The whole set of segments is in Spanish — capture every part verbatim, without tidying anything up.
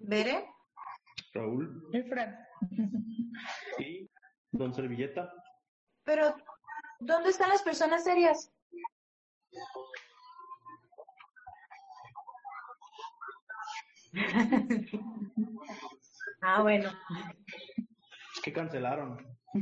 ¿Bere? Raúl. Y Fran. Y Don Servilleta. Pero, ¿dónde están las personas serias? Ah, bueno. Es que cancelaron.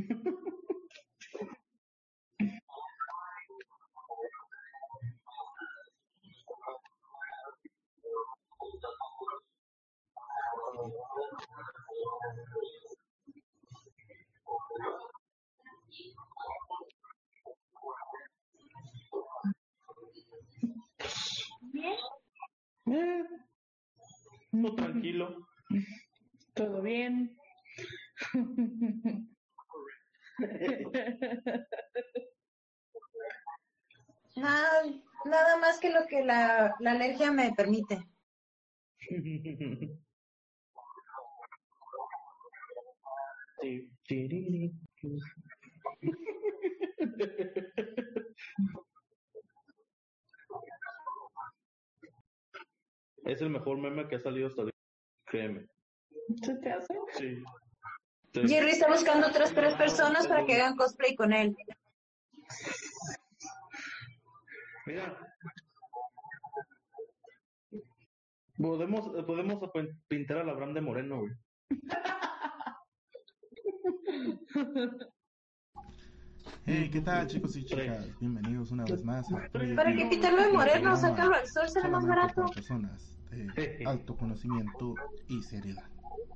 ¿Bien? Eh, no, tranquilo. ¿Todo bien? Nada, nada más que lo que la, la alergia me permite. Es el mejor meme que ha salido hasta ahorita. Créeme. ¿Se te hace? Sí. Sí. Jerry está buscando otras tres personas para que hagan cosplay con él. Mira. Podemos, podemos pintar a la Brand de moreno, güey. Hey, ¿qué tal, chicos y chicas? Bienvenidos una vez más a ¿Para qué pintarlo de moreno? Sácalo al sol, será más barato. Para personas de alto conocimiento y seriedad.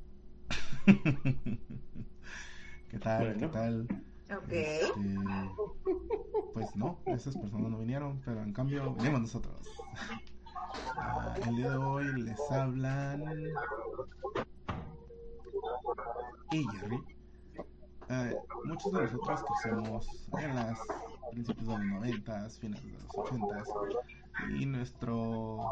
¿Qué tal? Bueno. ¿Qué tal? Ok. Este, pues no, esas personas no vinieron, pero en cambio venimos nosotros. Uh, el día de hoy les hablan y Jerry. Uh, muchos de nosotros crecimos en las principios de los noventas, finales de los ochentas, y nuestro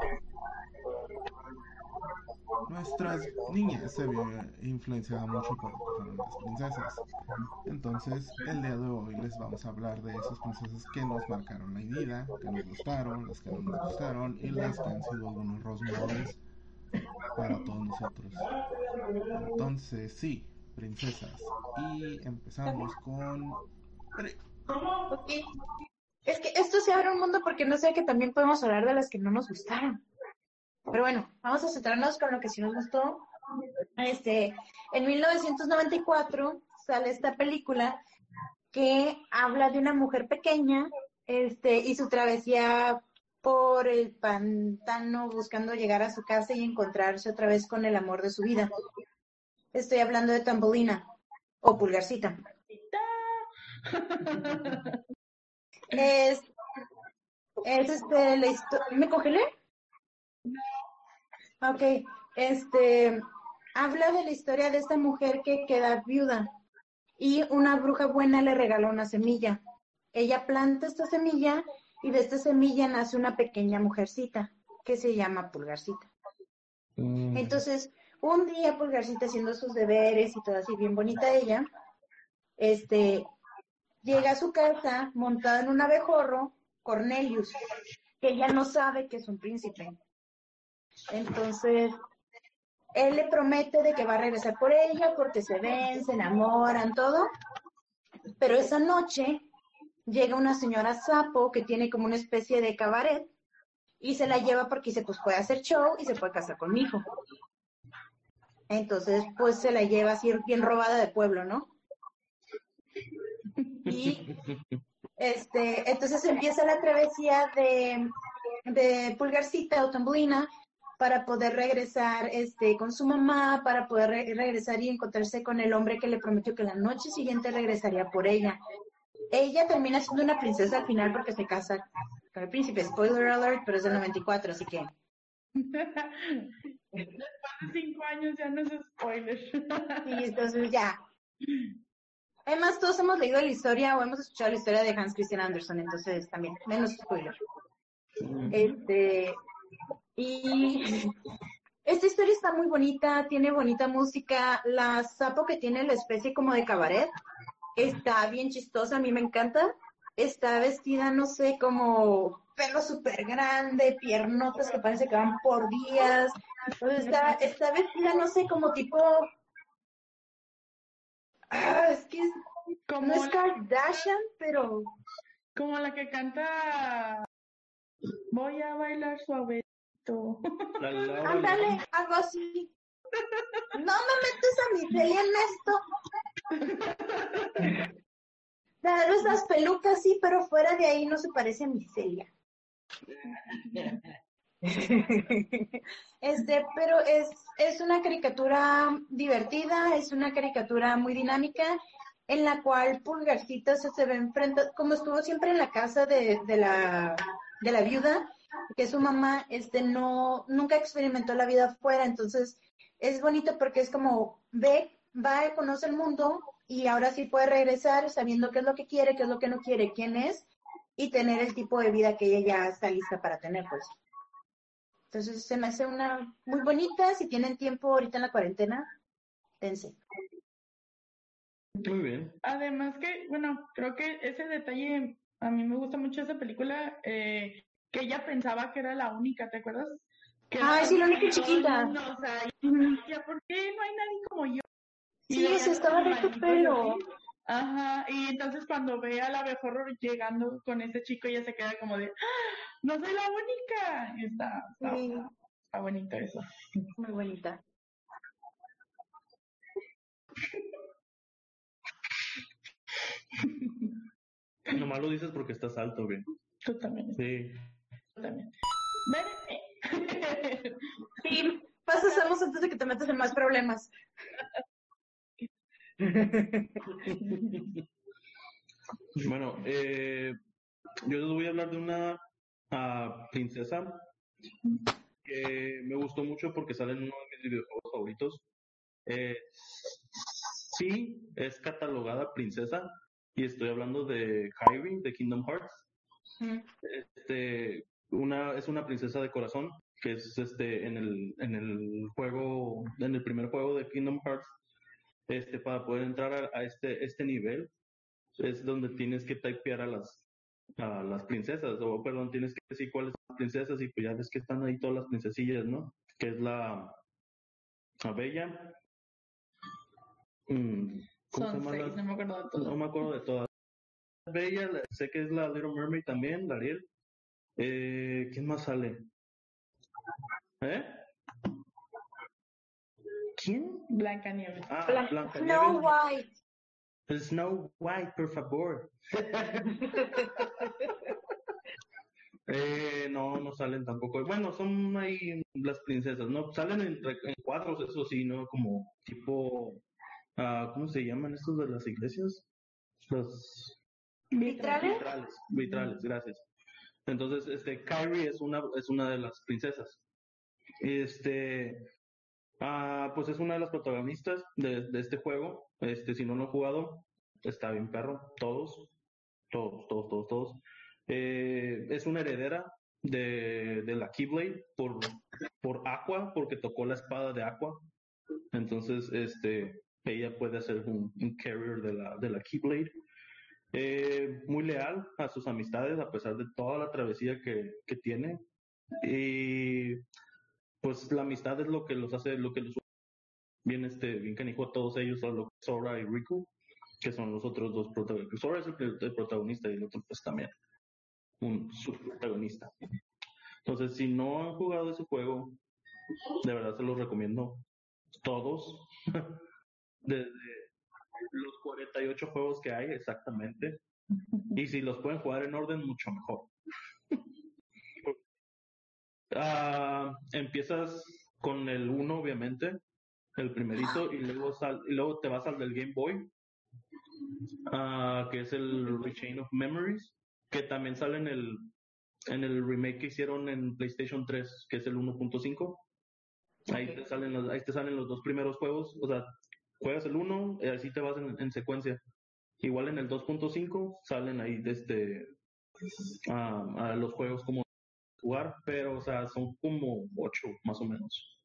nuestras niñas se vio influenciada mucho por lo que fueron las princesas. Entonces el día de hoy les vamos a hablar de esas princesas que nos marcaron la vida, que nos gustaron, las que no nos gustaron y las que han sido algunos role models para todos nosotros. Entonces sí, princesas, y empezamos con... Okay. Es que esto se abre un mundo porque no sé que también podemos hablar de las que no nos gustaron. Pero bueno, vamos a centrarnos con lo que sí nos gustó. Este, en mil novecientos noventa y cuatro sale esta película que habla de una mujer pequeña, este, y su travesía por el pantano buscando llegar a su casa y encontrarse otra vez con el amor de su vida. Estoy hablando de Tambelina o Pulgarcita. Es, es este, la historia. ¿Me congelé? No. Ok, este, habla de la historia de esta mujer que queda viuda y una bruja buena le regaló una semilla. Ella planta esta semilla y de esta semilla nace una pequeña mujercita que se llama Pulgarcita. Mm. Entonces, un día Pulgarcita haciendo sus deberes y todo así bien bonita ella, este, llega a su casa montada en un abejorro, Cornelius, que ella no sabe que es un príncipe. Entonces, él le promete de que va a regresar por ella porque se ven, se enamoran, todo. Pero esa noche llega una señora sapo que tiene como una especie de cabaret y se la lleva porque dice, pues puede hacer show y se puede casar con mi hijo. Entonces, pues se la lleva así bien robada de pueblo, ¿no? Y este, entonces empieza la travesía de, de Pulgarcita o Tambelina para poder regresar este, con su mamá, para poder re- regresar y encontrarse con el hombre que le prometió que la noche siguiente regresaría por ella. Ella termina siendo una princesa al final porque se casa con el príncipe. Spoiler alert, pero es del noventa y cuatro, así que... Después de cinco años ya no es spoiler. Sí, entonces ya. Además, todos hemos leído la historia o hemos escuchado la historia de Hans Christian Andersen, entonces también, menos spoiler. Este... Y... Esta historia está muy bonita, tiene bonita música. La sapo que tiene la especie como de cabaret está bien chistosa, a mí me encanta. Está vestida, no sé, como pelo súper grande, piernotas que parece que van por días. Entonces está, está vestida, no sé, como tipo... Ah, es que es- no Como es la, Kardashian, pero... como la que canta Voy a bailar suavecito. La Laura Ándale, León. algo así. No me metes a mi Celia en esto. Claro, esas pelucas sí, pero fuera de ahí no se parece a mi Celia. Este, pero es, es una caricatura divertida, es una caricatura muy dinámica, en la cual Pulgarcito se, se ve enfrentado, como estuvo siempre en la casa de, de la, de la viuda, que su mamá, este, no, nunca experimentó la vida afuera, entonces es bonito porque es como ve, va, conoce el mundo y ahora sí puede regresar sabiendo qué es lo que quiere, qué es lo que no quiere, quién es y tener el tipo de vida que ella ya está lista para tener, pues. Entonces se me hace una muy bonita. Si tienen tiempo ahorita en la cuarentena, dense. Muy bien. Además que, bueno, creo que ese detalle, a mí me gusta mucho esa película, eh, que ella pensaba que era la única, ¿te acuerdas? Que era Ay, la sí, la única única en todo el chiquita. mundo, o sea, Ujú. y decía, ¿por qué no hay nadie como yo? Y Sí, veía se a sus estaba recto hermanitos y pelo. así. Ajá, y entonces cuando ve a la mejor llegando con ese chico, ella se queda como de, ¡ah! No soy la única. Y está, está, Sí, está bonito eso. muy bonita. Nomás lo dices porque estás alto, güey. Tú también, Sí. tú también. Ven. Sí, pasamos antes de que te metas en más problemas. Bueno, eh, yo les voy a hablar de una ah, princesa que me gustó mucho porque sale en uno de mis videojuegos favoritos. Eh, sí, es catalogada princesa y estoy hablando de Kairi de Kingdom Hearts. Mm. Este, una, es una princesa de corazón que es este en el, en el juego, en el primer juego de Kingdom Hearts, este, para poder entrar a, a este, este nivel es donde tienes que typear a las a las princesas, o perdón, tienes que decir cuáles son las princesas y pues ya ves que están ahí todas las princesillas, ¿no? Que es la, la Bella, mm, ¿cómo se Son llama seis, la? no me acuerdo de No todo. me acuerdo de todas. Bella, la- sé que es la Little Mermaid también, la Ariel. Eh, ¿quién más sale? ¿Eh? ¿Quién? Blanca Nieves. Ah, Bla- Snow Blancanieves. White. Snow White, por favor. Eh, no, no salen tampoco. Bueno, son ahí las princesas, ¿no? Salen en, re- en cuadros, eso sí, ¿no? Como tipo, ah, ¿cómo se llaman estos de las iglesias? Los ¿Vitrales? vitrales, vitrales, gracias. Entonces, este, Kyrie es una, es una de las princesas. Este, ah, pues es una de las protagonistas de, de este juego. Este, si no lo han jugado, está bien perro, todos. Todos, todos, todos, todos. Eh, es una heredera de, de la Keyblade por, por Aqua, porque tocó la espada de Aqua. Entonces, este, ella puede ser un, un carrier de la, de la Keyblade. Eh, muy leal a sus amistades, a pesar de toda la travesía que, que tiene. Y pues la amistad es lo que los hace, lo que los bien, este, bien canijo a todos ellos, a lo que Sora y Riku, que son los otros dos protagonistas. Sora es el, el protagonista y el otro pues también un subprotagonista. Entonces, si no han jugado ese juego, de verdad se los recomiendo todos, desde los cuarenta y ocho juegos que hay exactamente, y si los pueden jugar en orden, mucho mejor. Ah, empiezas con el uno obviamente, el primerito, y luego, sal, y luego te vas al del Game Boy, ah, que es el Rechain of Memories, que también sale en el, en el remake que hicieron en PlayStation tres, que es el uno punto cinco. Ahí Ok. te salen los, ahí te salen los dos primeros juegos, o sea, juegas el uno y así te vas en, en secuencia. Igual en el dos punto cinco salen ahí desde ah, a los juegos como jugar, pero o sea, son como ocho más o menos.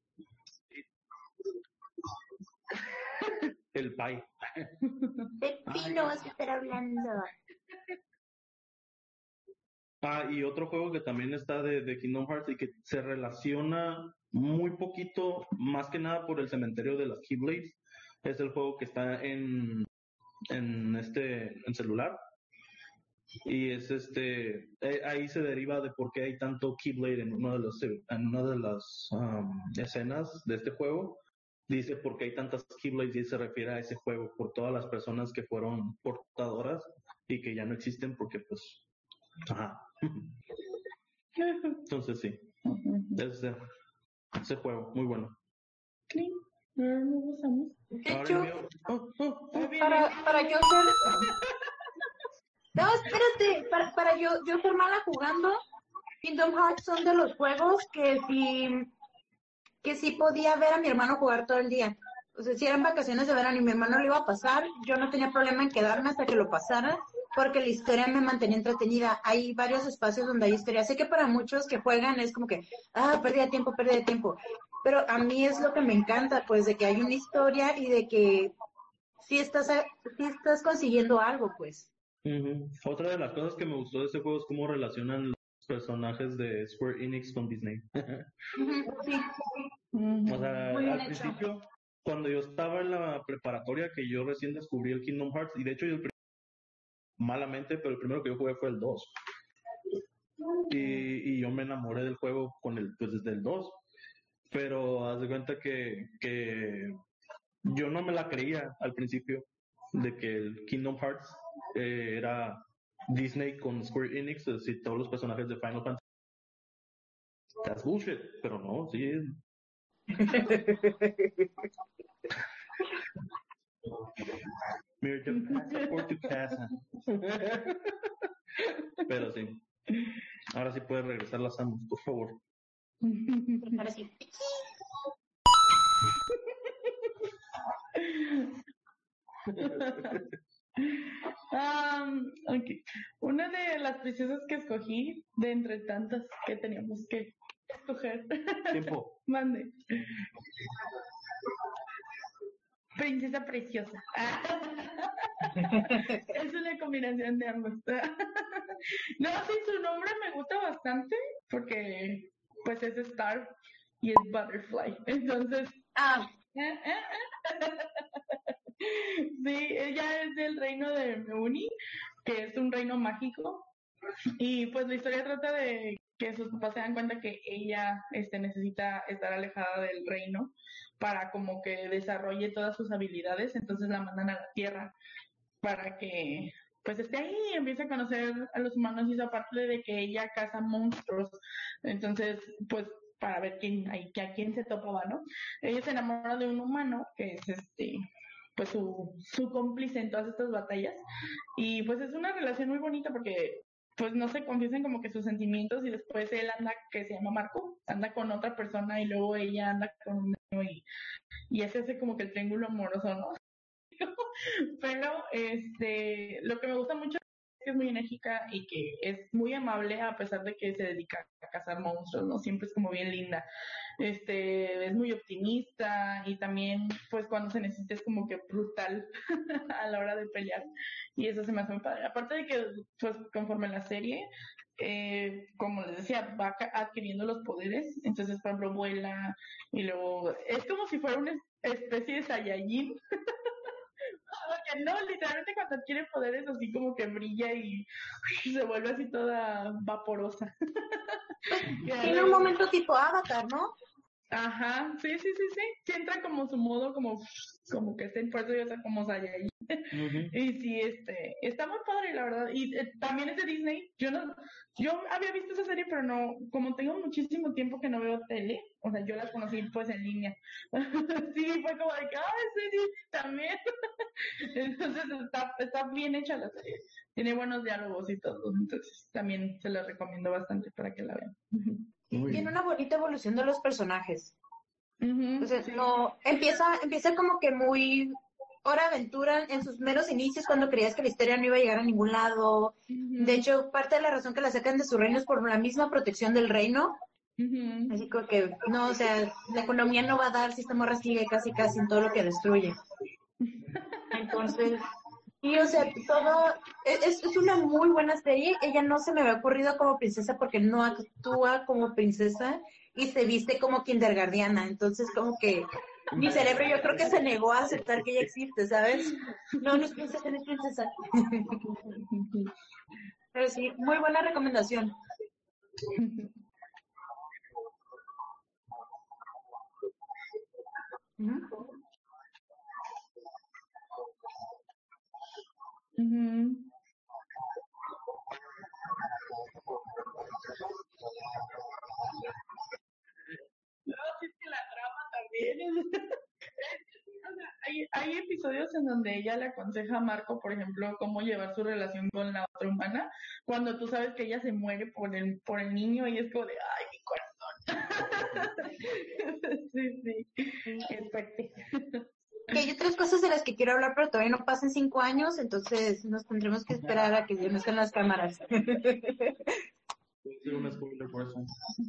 El Pi. De ti no vas a estar hablando. Ah, y otro juego que también está de, de Kingdom Hearts y que se relaciona muy poquito, más que nada por el cementerio de las Keyblades, es el juego que está en, en este en celular. Y es este, eh, ahí se deriva de por qué hay tanto Keyblade en una de los en una de las um, escenas de este juego. Dice por qué hay tantas Keyblades y se refiere a ese juego por todas las personas que fueron portadoras y que ya no existen porque pues, ajá. Entonces sí, ese, ese juego muy bueno. Sí, no nos gustamos. De Ahora hecho, el mío, oh, oh, oh. para, para yo ser... No, espérate, para, para yo, yo ser mala jugando, Kingdom Hearts son de los juegos que sí, que sí podía ver a mi hermano jugar todo el día. O sea, si eran vacaciones de verano y mi hermano lo iba a pasar, yo no tenía problema en quedarme hasta que lo pasara, porque la historia me mantenía entretenida. Hay varios espacios donde hay historia. Sé que para muchos que juegan es como que, ah, pérdida de tiempo, pérdida de tiempo. Pero a mí es lo que me encanta, pues, de que hay una historia y de que sí estás, sí estás consiguiendo algo, pues. Ujú. Otra de las cosas que me gustó de este juego es cómo relacionan los personajes de Square Enix con Disney. Ujú, sí, O sea, muy bien al hecho. principio, cuando yo estaba en la preparatoria, que yo recién descubrí el Kingdom Hearts, y de hecho yo el prim- malamente, pero el primero que yo jugué fue el dos. Y, y yo me enamoré del juego con el, pues desde el dos. Pero haz de cuenta que, que yo no me la creía al principio de que el Kingdom Hearts eh, era Disney con Square Enix, es decir, todos los personajes de Final Fantasy. That's bullshit, pero no, sí. Mira, yo pasa por tu casa. Pero sí. Ahora sí puedes regresar las Samus, por favor. Ahora sí. Um, okay. Una de las princesas que escogí, de entre tantas que teníamos que escoger, Tiempo. mande. Princesa preciosa. Es una combinación de ambos. No, sí, su nombre me gusta bastante porque pues es Star y es Butterfly. Entonces, Ah, eh, eh, eh. Sí, ella es del reino de Meuni, que es un reino mágico. Y pues la historia trata de que sus papás se dan cuenta que ella este, necesita estar alejada del reino para como que desarrolle todas sus habilidades, entonces la mandan a la tierra para que pues esté ahí y empiece a conocer a los humanos y eso aparte de que ella caza monstruos, entonces pues para ver quién hay, que a quién se topaba, ¿no? Ella se enamora de un humano que es este pues su, su cómplice en todas estas batallas y pues es una relación muy bonita porque pues no se confiesan como que sus sentimientos y después él anda, que se llama Marco, anda con otra persona y luego ella anda con un niño y, y ese hace como que el triángulo amoroso, ¿no? Pero este, lo que me gusta mucho es que es muy enérgica y que es muy amable a pesar de que se dedica a cazar monstruos, ¿no? Siempre es como bien linda. Este, es muy optimista y también, pues cuando se necesita es como que brutal a la hora de pelear y eso se me hace muy padre. Aparte de que, pues conforme la serie, eh, como les decía, va adquiriendo los poderes, entonces, por ejemplo, vuela y luego es como si fuera una especie de Saiyajin. Porque no, literalmente cuando adquiere poderes así como que brilla y se vuelve así toda vaporosa. tiene un momento tipo Avatar, ¿no? Ajá, sí, sí, sí, sí. Sí entra como su modo como, como que está en fuerza y está como Saiyajin. Uh-huh. Y sí, este, está muy padre, la verdad. Y eh, también es de Disney. Yo no, yo había visto esa serie, pero no, como tengo muchísimo tiempo que no veo tele, o sea, yo la conocí pues en línea. Sí, fue como de que, ah, sí, sí, también. Entonces está, está bien hecha la serie. Tiene buenos diálogos y todo. Entonces también se la recomiendo bastante para que la vean. Sí, tiene una bonita evolución de los personajes. Uh-huh, O sea, sí. no, empieza, empieza como que muy hora aventura en sus meros inicios cuando creías que la historia no iba a llegar a ningún lado. Uh-huh. De hecho, parte de la razón que la sacan de su reino es por la misma protección del reino. Uh-huh. Así como que, no, o sea, la economía no va a dar si esta morra sigue casi casi en todo lo que destruye. Entonces, Y o sea, todo es, es una muy buena serie. Ella no se me había ocurrido como princesa porque no actúa como princesa y se viste como kindergardiana. Entonces, como que mi cerebro yo creo que se negó a aceptar que ella existe, ¿sabes? No, no es princesa, no es princesa. Pero sí, muy buena recomendación. Ujú. Ujú. No, sí, es que la trama también es... O sea, hay, hay episodios en donde ella le aconseja a Marco, por ejemplo, cómo llevar su relación con la otra humana, cuando tú sabes que ella se muere por el, por el niño y es como de, ay, mi corazón. Sí, sí, es fuerte. Que hay otras cosas de las que quiero hablar, pero todavía no pasan cinco años, entonces nos tendremos que esperar a que ya no estén las cámaras. Puede ser un spoiler por eso.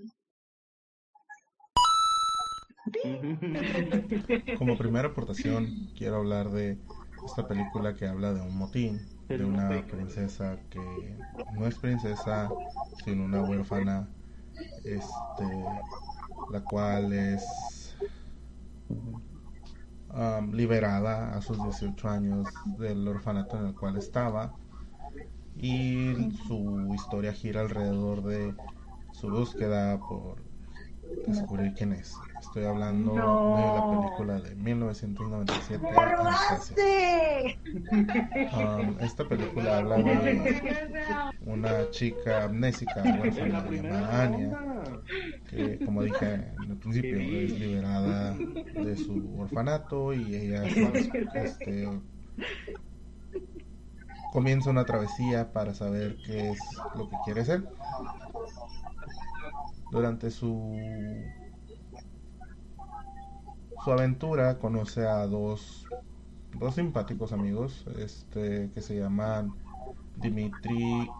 Como primera aportación, quiero hablar de esta película que habla de un motín, de una princesa que no es princesa, sino una huérfana, este, la cual es um, liberada a sus dieciocho años del orfanato en el cual estaba, y su historia gira alrededor de su búsqueda por descubrir quién es. Estoy hablando de la No, película de mil novecientos noventa y me la siete, Anastasia. robaste. Um, esta película habla de una chica amnésica, huérfana, llamada Anya, que, como dije en el principio, es liberada de su orfanato y ella se des- este, comienza una travesía para saber qué es lo que quiere ser. Durante su, su aventura conoce a dos, dos simpáticos amigos, este, que se llaman Dimitri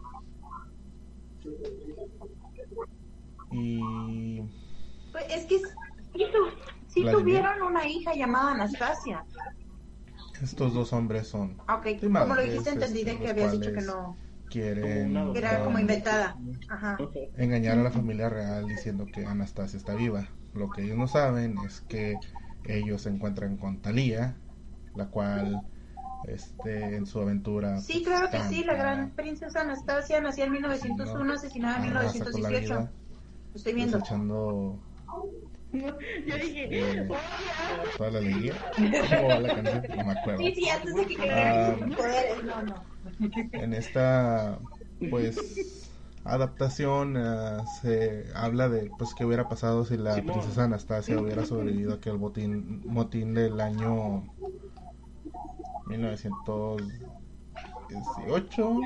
y Pues es que sí, tu- sí Vladimir. tuvieron una hija llamada Anastasia. Estos dos hombres son Ok, como lo dijiste, timadores, entendí este, de que los habías dicho que cuales no, quieren que era como um, inventada. Ajá. engañar a la familia real diciendo que Anastasia está viva. Lo que ellos no saben es que ellos se encuentran con Thalía, la cual este, en su aventura Sí, pues claro que sí, la canta, gran princesa Anastasia nació en sí, ¿no? mil novecientos uno, asesinada en Arrasa con la mil novecientos dieciocho. vida, Lo estoy viendo. desechando Yo dije, este, oh, toda la alegría. ¿Cómo va la canción? No me Sí, acuerdo. sí, antes de que creyeran en Um, sus poderes, no, no. en esta pues adaptación uh, se habla de pues qué hubiera pasado si la Simón. princesa Anastasia hubiera sobrevivido a aquel botín, motín del año mil novecientos dieciocho.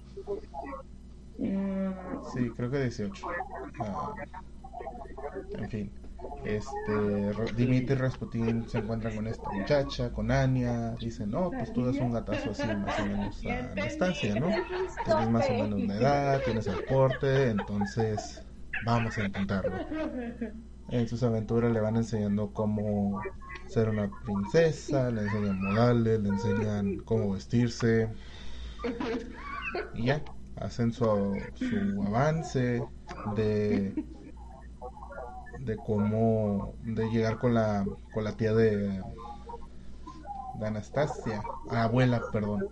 Sí, creo que dieciocho. Uh, en fin, este Dimitri y Rasputin se encuentran con esta muchacha, con Anya, dicen, no, pues tú das un gatazo así más o menos ya a entendí. Anastasia, ¿no? Tienes más o menos la edad, tienes el porte, entonces vamos a intentarlo. En sus aventuras le van enseñando cómo ser una princesa, le enseñan modales, le enseñan cómo vestirse y ya, hacen su, su avance de de cómo de llegar con la con la tía de, de Anastasia, abuela, perdón.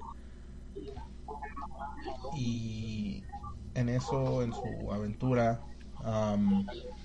Y en eso, en su aventura, um,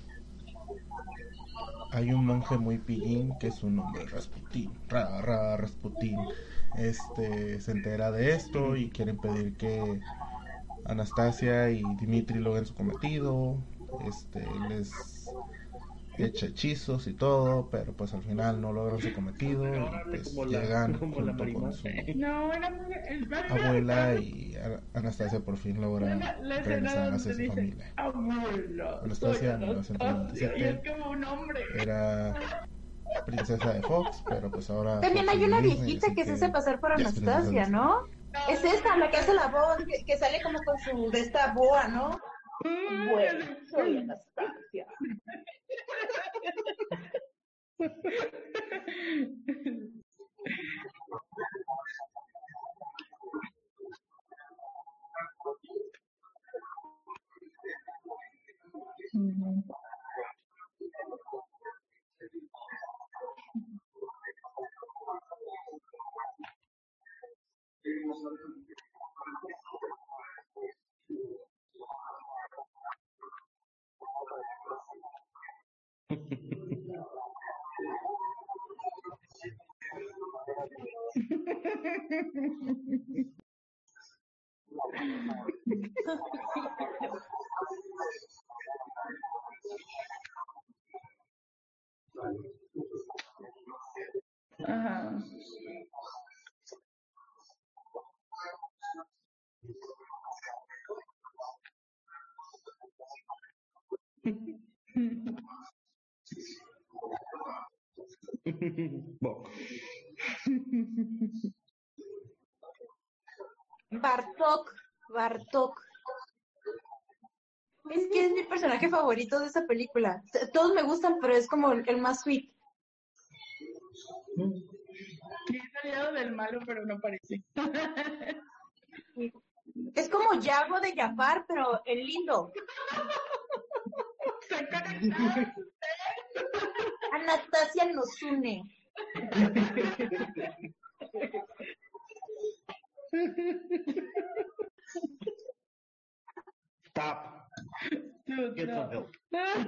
hay un monje muy pillín que es su nombre Rasputín, Ra, Ra, Rasputín. Este se entera de esto y quiere impedir que Anastasia y Dimitri logren su cometido. Este les echa hechizos y todo, pero pues al final no logran su cometido y Órale, pues como la, llegan como la junto con Marimar. su No, era muy... el- no, no, no, abuela no, y Anastasia por fin no, logra no, la escena regresar hacia donde su dice, familia. abuela, soy Anastasia, Anastasia, y es mil novecientos noventa y siete, como un hombre. era princesa de Fox, pero pues ahora También Fox es hay de una Disney, viejita así que se hace que pasar por ya es princesa de Anastasia, Disney. ¿no? Es esta, la que hace la voz, que, que sale como con su, de esta boa, ¿no? Bueno, soy Anastasia. Ujú. Ajá. Bo. Bartok, Bartok. Es que es mi personaje favorito de esa película. T- Todos me gustan, pero es como el, el más sweet. Sí, es aliado del malo, pero no parece. Es como Yago de Jafar, pero el lindo. Se conectaron. Anastasia nos une. Stop. Dude, Get some no. help.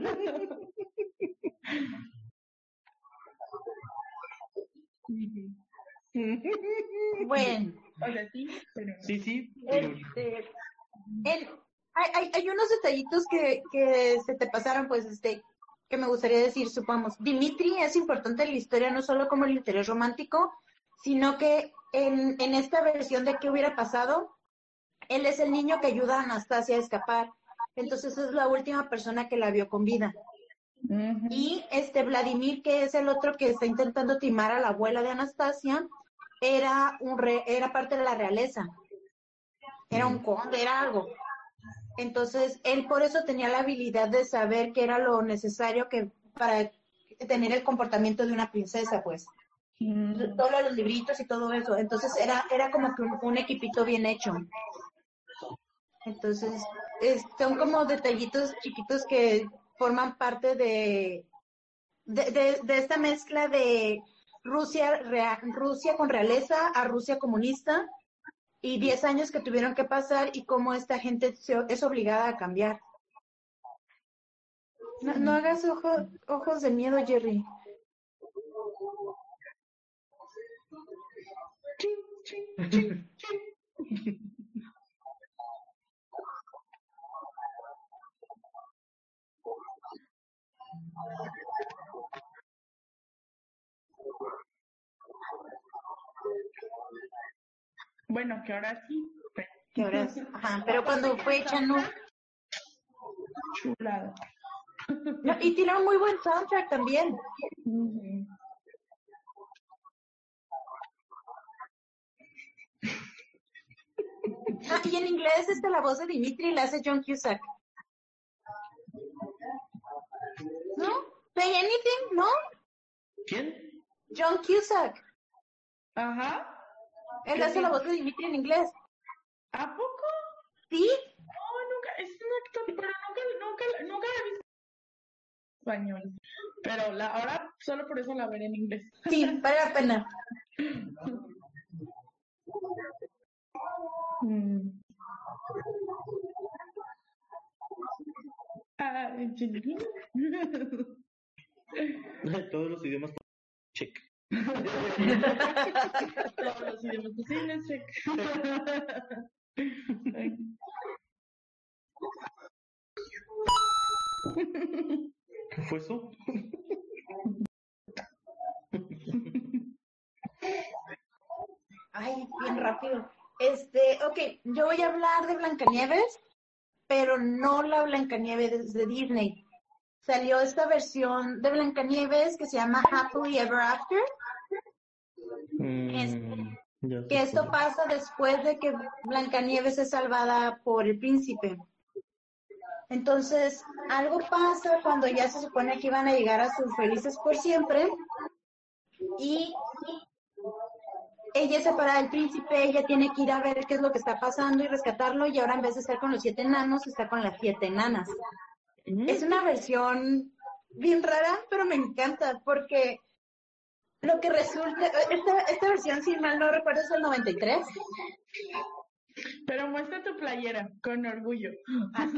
Bueno, O sea, sí, pero no. Sí, sí. pero- este, el- hay, hay, hay unos detallitos que, que se te pasaron, pues, este, que me gustaría decir, supongamos. Dimitri es importante en la historia, no solo como el interés romántico, sino que en, en esta versión de qué hubiera pasado, él es el niño que ayuda a Anastasia a escapar. Entonces es la última persona que la vio con vida. Ujú. Y este Vladimir, que es el otro que está intentando timar a la abuela de Anastasia, era un re- era parte de la realeza. Era un conde, era algo. Entonces, él por eso tenía la habilidad de saber qué era lo necesario que para tener el comportamiento de una princesa, pues. Mm. Todos los libritos y todo eso. Entonces, era, era como que un, un equipito bien hecho. Entonces, es- son como detallitos chiquitos que forman parte de, de, de, de esta mezcla de Rusia, rea- Rusia con realeza a Rusia comunista y diez años que tuvieron que pasar y cómo esta gente se- es obligada a cambiar. No, no hagas ojo- ojos de miedo, Jerry. Chin, chin, chin, chin. Bueno, que ahora sí. pero- ¿Qué horas? Ajá, pero cuando fue Chanu. Chulada. No, y tiene un muy buen soundtrack también. Ujú. Ah, y en inglés este, la voz de Dimitri la hace John Cusack. ¿No? ¿Say anything? ¿No? ¿Quién? John Cusack. Ajá. Él ¿Qué hace la tiene? voz de Dimitri en inglés. ¿A poco? ¿Sí? No, nunca, es un actor, pero nunca, nunca, nunca la he visto en español. Pero la, ahora solo por eso la veré en inglés. Sí, vale la pena. Mm. Ah, chiquitín. Todos los idiomas. Check. Todos los idiomas posibles, check. Ay. ¿Qué fue eso? Ay, bien rápido. Este, ok, yo voy a hablar de Blancanieves, pero no la Blancanieves de Disney. Salió esta versión de Blancanieves que se llama Happily Ever After, Mm, ya sé que esto cuál. pasa después de que Blancanieves es salvada por el príncipe. Entonces, algo pasa cuando ya se supone que iban a llegar a sus felices por siempre y ella es separada del príncipe, ella tiene que ir a ver qué es lo que está pasando y rescatarlo y ahora en vez de estar con los siete enanos, está con las siete enanas. Es una versión bien rara, pero me encanta porque lo que resulta, esta, esta versión, si mal no recuerdo, es del noventa y tres. Pero muestra tu playera, con orgullo. Ah.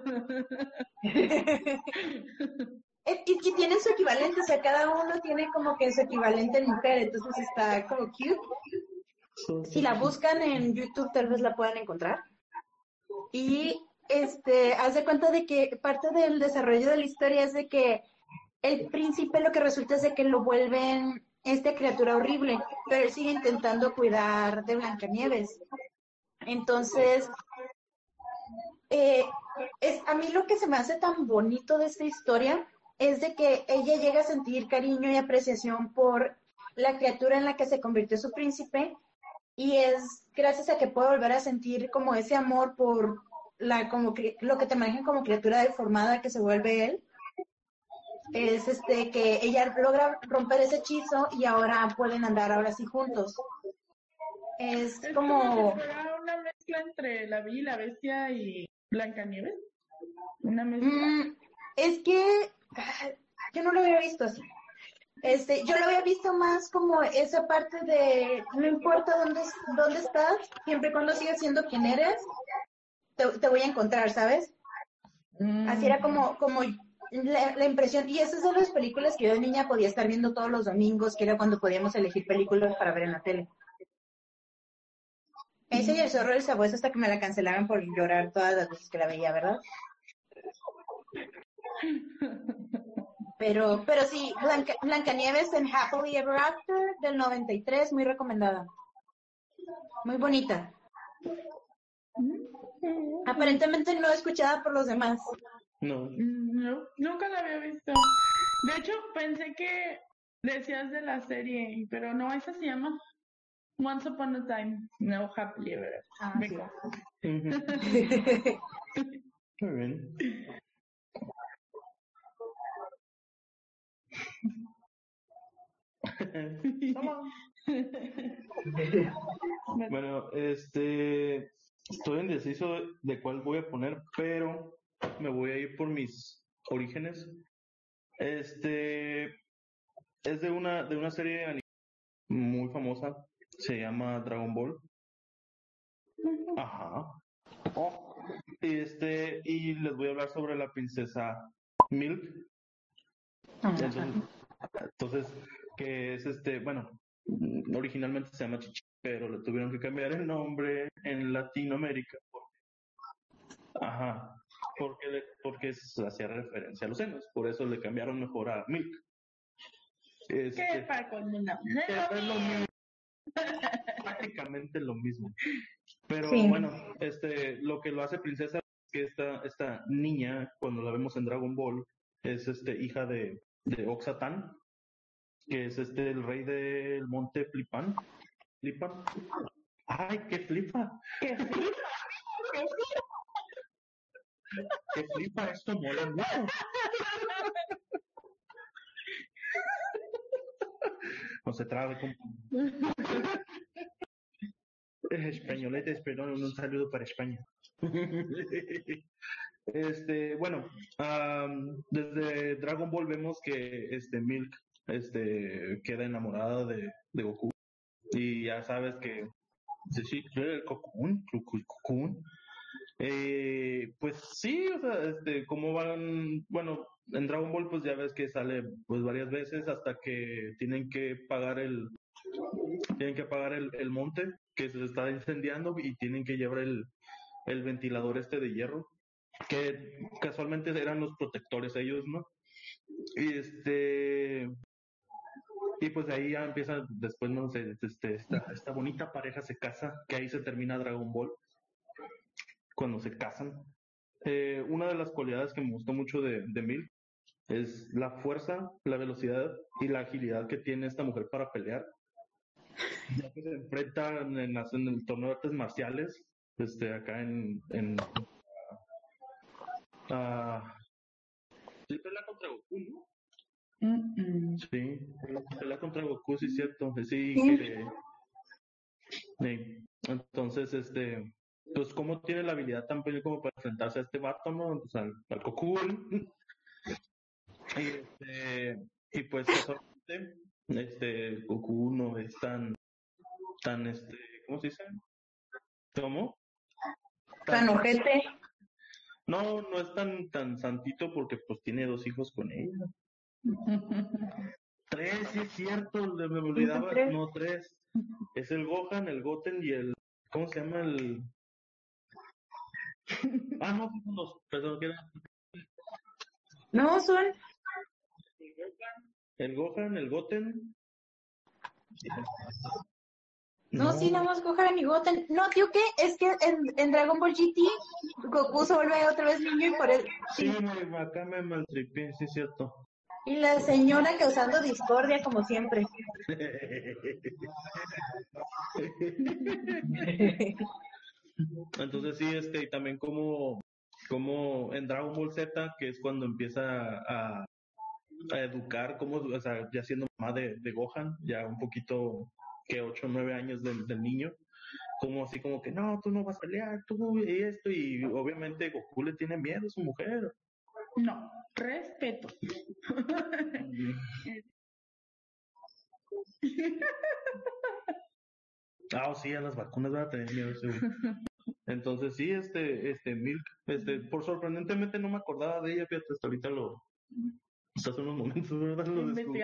Es que, que tienen su equivalente, o sea, cada uno tiene como que su equivalente en mujer, entonces está como cute. Si la buscan en YouTube, tal vez la puedan encontrar. Y este, haz de cuenta de que parte del desarrollo de la historia es de que el príncipe lo que resulta es de que lo vuelven esta criatura horrible, pero él sigue intentando cuidar de Blancanieves. Entonces, eh, es, a mí lo que se me hace tan bonito de esta historia es de que ella llega a sentir cariño y apreciación por la criatura en la que se convirtió su príncipe, y es gracias a que puede volver a sentir como ese amor por la como lo que te imaginan como criatura deformada que se vuelve él. Es este que ella logra romper ese hechizo y ahora pueden andar ahora sí juntos. Es, Es como, como si fuera una mezcla entre La Bella y la Bestia y Blancanieves. Una mezcla. Mm, es que ah, yo no lo había visto así. Este, yo lo había visto más como esa parte de no importa dónde, dónde estás, siempre y cuando sigas siendo quien eres, te, te voy a encontrar, ¿sabes? Mm. Así era como, como la, la impresión. Y esas son las películas que yo de niña podía estar viendo todos los domingos, que era cuando podíamos elegir películas para ver en la tele. Ese y El zorro del sabueso hasta que me la cancelaron por llorar todas las veces que la veía, ¿verdad? Pero, pero sí, Blanca, Blancanieves en Happily Ever After del noventa y tres, muy recomendada. Muy bonita. Aparentemente no escuchada por los demás. No. No, nunca la había visto. De hecho, pensé que decías de la serie, pero no, esa se llama Once Upon a Time. No, Happily Ever After. Ah, Me sí. confundí. Muy bien. Bueno, este, estoy indeciso de cuál voy a poner, pero me voy a ir por mis orígenes. Este, es de una, de una serie ani- muy famosa, se llama Dragon Ball. Ajá. Oh, este, y les voy a hablar sobre la princesa Milk. Entonces, entonces, que es este, bueno, mm, originalmente se llama Chichi, pero le tuvieron que cambiar el nombre en Latinoamérica. Ajá, porque, le- porque se hacía referencia a los senos, por eso le cambiaron mejor a Milk. ¿Qué Este, para con una? es lo mismo, prácticamente lo mismo. Pero Sí. bueno, este, lo que lo hace princesa es que esta, esta niña, cuando la vemos en Dragon Ball, es este hija de, de Oxatán, que es este el rey del monte Flipan. ¿Flipan? ¡Ay, qué flipa! ¿Qué flipa? ¡Qué flipa! Esto mola mucho. No se trabe, compa. Españoletes, perdón, un saludo para España. Este, bueno, am, desde Dragon Ball vemos que este Milk este, queda enamorada de, de Goku. Y ya sabes que sí, sí, el Cocoon, Cocoon. Eh, pues sí, o sea, este, cómo van, bueno, en Dragon Ball pues ya ves que sale pues varias veces hasta que tienen que pagar el, tienen que pagar el, el monte que se está incendiando y tienen que llevar el, el ventilador este de hierro, que casualmente eran los protectores ellos, ¿no? Y este, y pues ahí ya empieza, después no sé, este, esta, esta bonita pareja se casa, que ahí se termina Dragon Ball, cuando se casan. Eh, una de las cualidades que me gustó mucho de, de Milk es la fuerza, la velocidad y la agilidad que tiene esta mujer para pelear. Ya que se enfrentan en, las- en el torneo de artes marciales, este, acá en, en ah, sí pelea contra Goku, ¿no? Mm, mm. Sí, pelea contra Goku, sí es cierto. Sí, Sí. que sí. Entonces, este, pues cómo tiene la habilidad tan pequeña como para enfrentarse a este vato, ¿no? Pues al, al Cocoon. y, este, y pues casualmente, este, Cocoon no es tan, tan, este, ¿cómo se dice? ¿Cómo? Tan ojete. No, no es tan, tan santito porque pues tiene dos hijos con ella. Tres, sí es cierto, me me olvidaba, tres. no tres. Es el Gohan, el Goten y el, ¿cómo se llama el? Ah, no, son dos, perdón, ¿qué era? No, son. El Gohan, el Goten. No, sí, nada más Gohan y Goten. No, tío, ¿qué? Es que en, en Dragon Ball G T, Goku se vuelve otra vez niño y por él. Sí, me, acá me maltripié, sí es cierto. Y la señora causando discordia, como siempre. Entonces sí, este, y también como, como en Dragon Ball Z, que es cuando empieza a, a educar, como, o sea, ya siendo mamá de, de Gohan, ya un poquito, que ocho o nueve años del, del niño, como así como que, no, tú no vas a pelear, tú y esto, y obviamente Goku le tiene miedo a su mujer. No, respeto. Ah, oh, sí, a las vacunas van a tener miedo ese güey. Entonces sí, este, este, Milk, este, por sorprendentemente no me acordaba de ella, fíjate, hasta ahorita lo, hasta hace unos momentos, ¿verdad? Lo descubrí.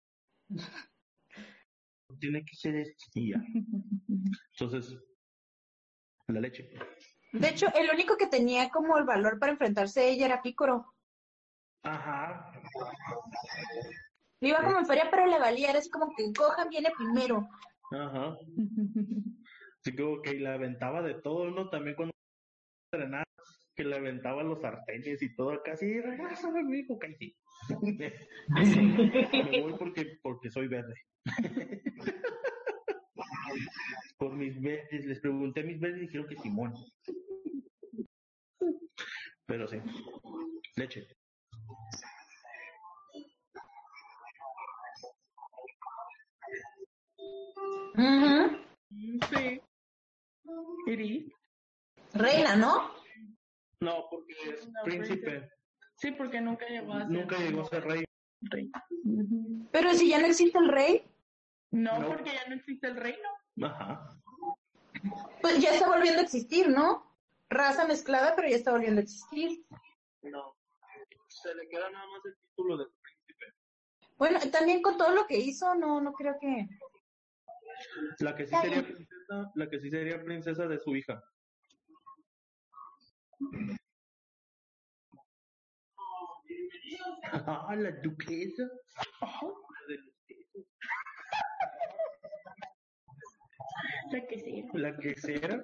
Tiene que ser esto y ya. Entonces, la leche. De hecho, el único que tenía como el valor para enfrentarse a ella era Piccolo. Ajá. Le iba como en feria, pero le valía, era así como que Gohan viene primero. Ajá. Así como que la aventaba de todo, ¿no? También cuando entrenaba, que le aventaba los sartenes y todo, casi, regrésame, mi hijo, cállate. Me voy porque, porque soy verde. Por mis verdes, les pregunté a mis verdes y dijeron que Simón. Pero sí, leche. Uh-huh. Sí. ¿Iris? Reina, ¿no? No, porque es No, príncipe. príncipe. Sí, porque nunca llegó a ser Nunca llegó a ser rey. rey. Pero si ya no existe el rey, No, No. porque ya no existe el reino. Ajá. pues ya está volviendo a existir, ¿no? Raza mezclada, pero ya está volviendo a existir. No. Se le queda nada más el título de príncipe. Bueno, también con todo lo que hizo, no, no creo que... La que sí sería princesa, la que sí sería princesa de su hija. Ah, la duquesa. La que sí. La que será.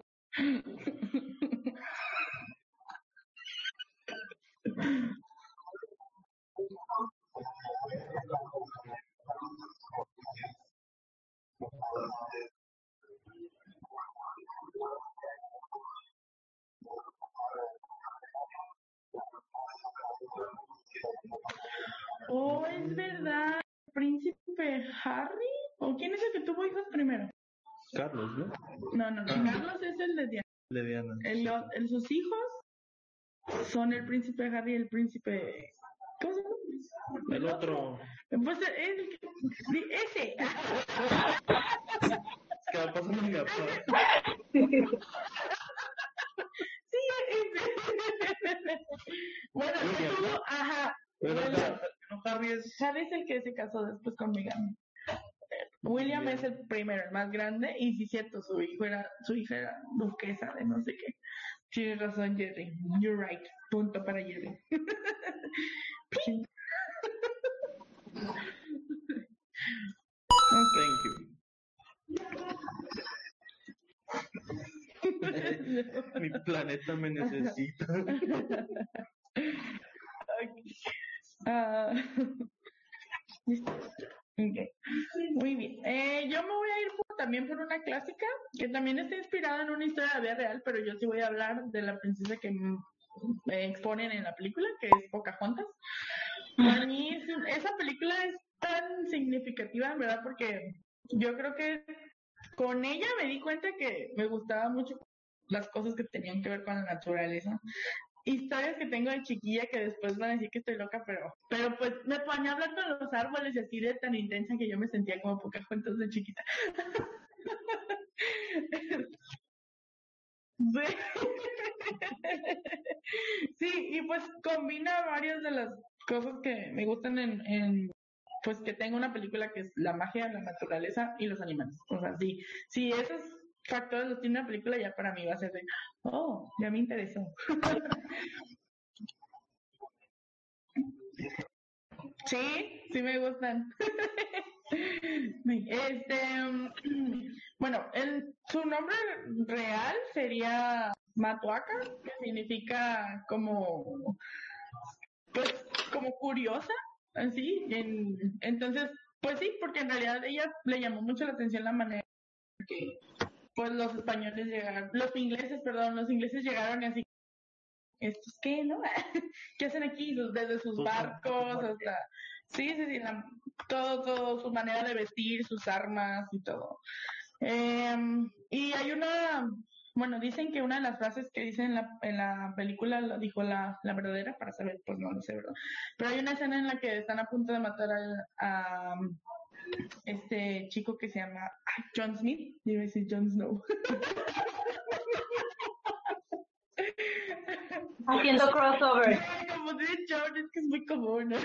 Oh, es verdad. ¿Príncipe Harry? ¿O quién es el que tuvo hijos primero? Carlos, ¿no? No, no, no. Carlos es el de Diana. De Diana. El, el- sus hijos son el príncipe Harry y el príncipe... ¿Cómo se llama? El otro. Pues el, sí, ese. ¿Qué va pasando mi papá? Sí, ese. Bueno, William, él tuvo, ¿no? ajá. Pero Bueno, no, Harry es. Harry es el que se casó después con Meghan. William Bien. es el primero, el más grande, y sí es cierto, su hijo era, su hija era duquesa de no sé qué. Tienes razón, Jerry. You're right. Punto para Jerry. Thank you. Mi planeta me necesita. Okay. Ah, okay. Muy bien. Eh, yo me voy a ir por- también por una clásica que también está inspirada en una historia de la vida real, pero yo sí voy a hablar de la princesa que mm, eh, exponen en la película, que es Pocahontas. Para mí es- esa película es tan significativa, en verdad, porque yo creo que con ella me di cuenta que me gustaba mucho las cosas que tenían que ver con la naturaleza. Historias que tengo de chiquilla que después van a decir que estoy loca, pero pero pues me ponía a hablar con los árboles y así de tan intensa que yo me sentía como Pocahontas de chiquita. Sí. Sí, y pues combina varias de las cosas que me gustan en, en pues que tengo una película que es la magia, la naturaleza y los animales. O sea, sí, si esos factores los tiene una película, ya para mí va a ser de, oh, ya me interesó. Sí, sí me gustan. Este, bueno, el, su nombre real sería Matuaca, que significa como, pues, como curiosa, así. En, entonces, pues sí, porque en realidad ella le llamó mucho la atención la manera que, pues, los españoles llegaron, los ingleses, perdón, los ingleses llegaron y así, ¿estos qué, no? ¿Qué hacen aquí? Desde sus barcos hasta, sí, sí, sí, la, todo, todo, su manera de vestir, sus armas y todo. Eh, y hay una, bueno, dicen que una de las frases que dicen en la, en la película lo dijo la, la verdadera, para saber, pues no lo sé, ¿verdad? Pero hay una escena en la que están a punto de matar a, a este chico que se llama ay, John Smith, iba a decir Jon Snow. Haciendo crossover. Como dice John, es que es muy común, ¿no?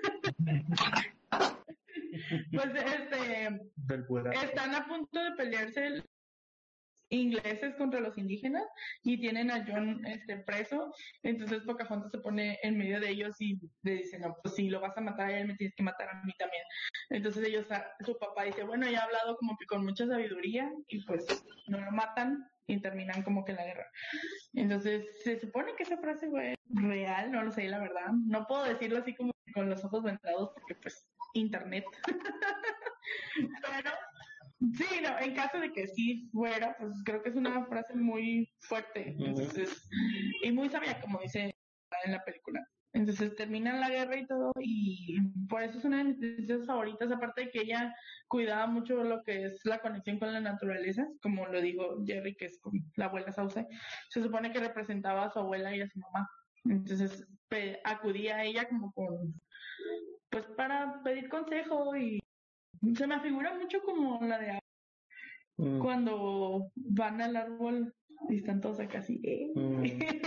Pues este están a punto de pelearse el, ingleses contra los indígenas y tienen a John este preso, entonces Pocahontas se pone en medio de ellos y le dice, no, pues si lo vas a matar a él, me tienes que matar a mí también. Entonces ellos, su papá dice, bueno, ya ha hablado como que con mucha sabiduría y pues no lo matan y terminan como que en la guerra. Entonces se supone que esa frase fue real, no lo sé, la verdad. No puedo decirlo así como con los ojos vendados porque pues internet. Pero sí, no, en caso de que sí fuera, pues creo que es una frase muy fuerte, entonces, y muy sabia, como dice en la película. Entonces terminan la guerra y todo, y por eso es una de mis princesas favoritas, aparte de que ella cuidaba mucho lo que es la conexión con la naturaleza, como lo dijo Jerry, que es como la abuela Sauce, se supone que representaba a su abuela y a su mamá. Entonces pe- acudía a ella como con, pues para pedir consejo y se me figura mucho como la de mm. cuando van al árbol y están todos acá así. ¿eh? Mm.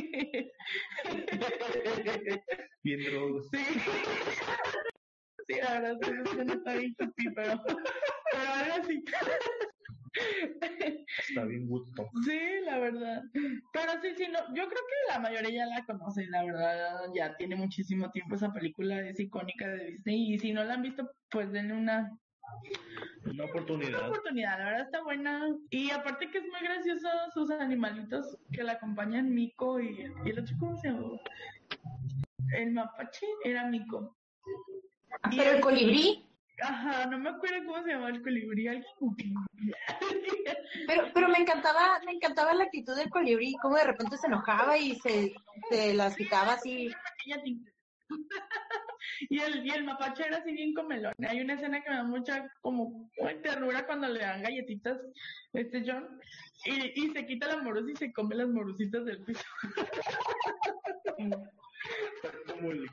Bien drogos. Sí. Sí, la verdad, eso no está bien hippie, pero, pero algo así. Está bien gusto. Sí, la verdad. Pero sí, sí, no, yo creo que la mayoría ya la conoce, la verdad, ya tiene muchísimo tiempo esa película, es icónica de Disney, y si no la han visto, pues denle una Una oportunidad. Una oportunidad, la verdad está buena. Y aparte que es muy gracioso sus animalitos que la acompañan, Mico y, y el otro, ¿cómo se llama? El mapache era Mico. Pero el colibrí. Ajá, no me acuerdo cómo se llama el colibrí, alguien Pero, pero me encantaba, me encantaba la actitud del colibrí, cómo de repente se enojaba y se, se las quitaba así. Y el, y el mapache era así bien comelón. Hay una escena que me da mucha como ternura cuando le dan galletitas este John y, y se quita la morusa y se come las morusitas del piso. Como el...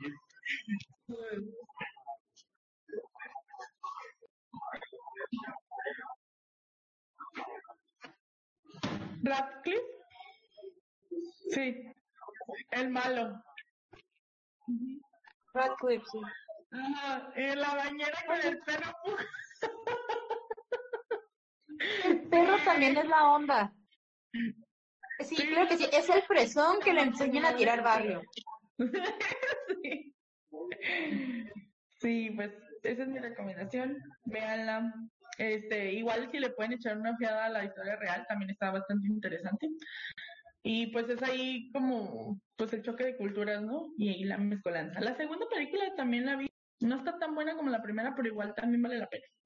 Radcliffe, sí, el malo. Radcliffe, sí. Ajá, en la bañera con el perro. El perro también es la onda. Sí, sí, creo que sí. Es el fresón que le enseñan a tirar barrio. Sí. Sí, pues esa es mi recomendación. Véanla. Este, igual si le pueden echar una ojeada a la historia real, también está bastante interesante. Y pues es ahí como pues el choque de culturas, ¿no? Y, y la mezcolanza. La segunda película también la vi. No está tan buena como la primera, pero igual también vale la pena.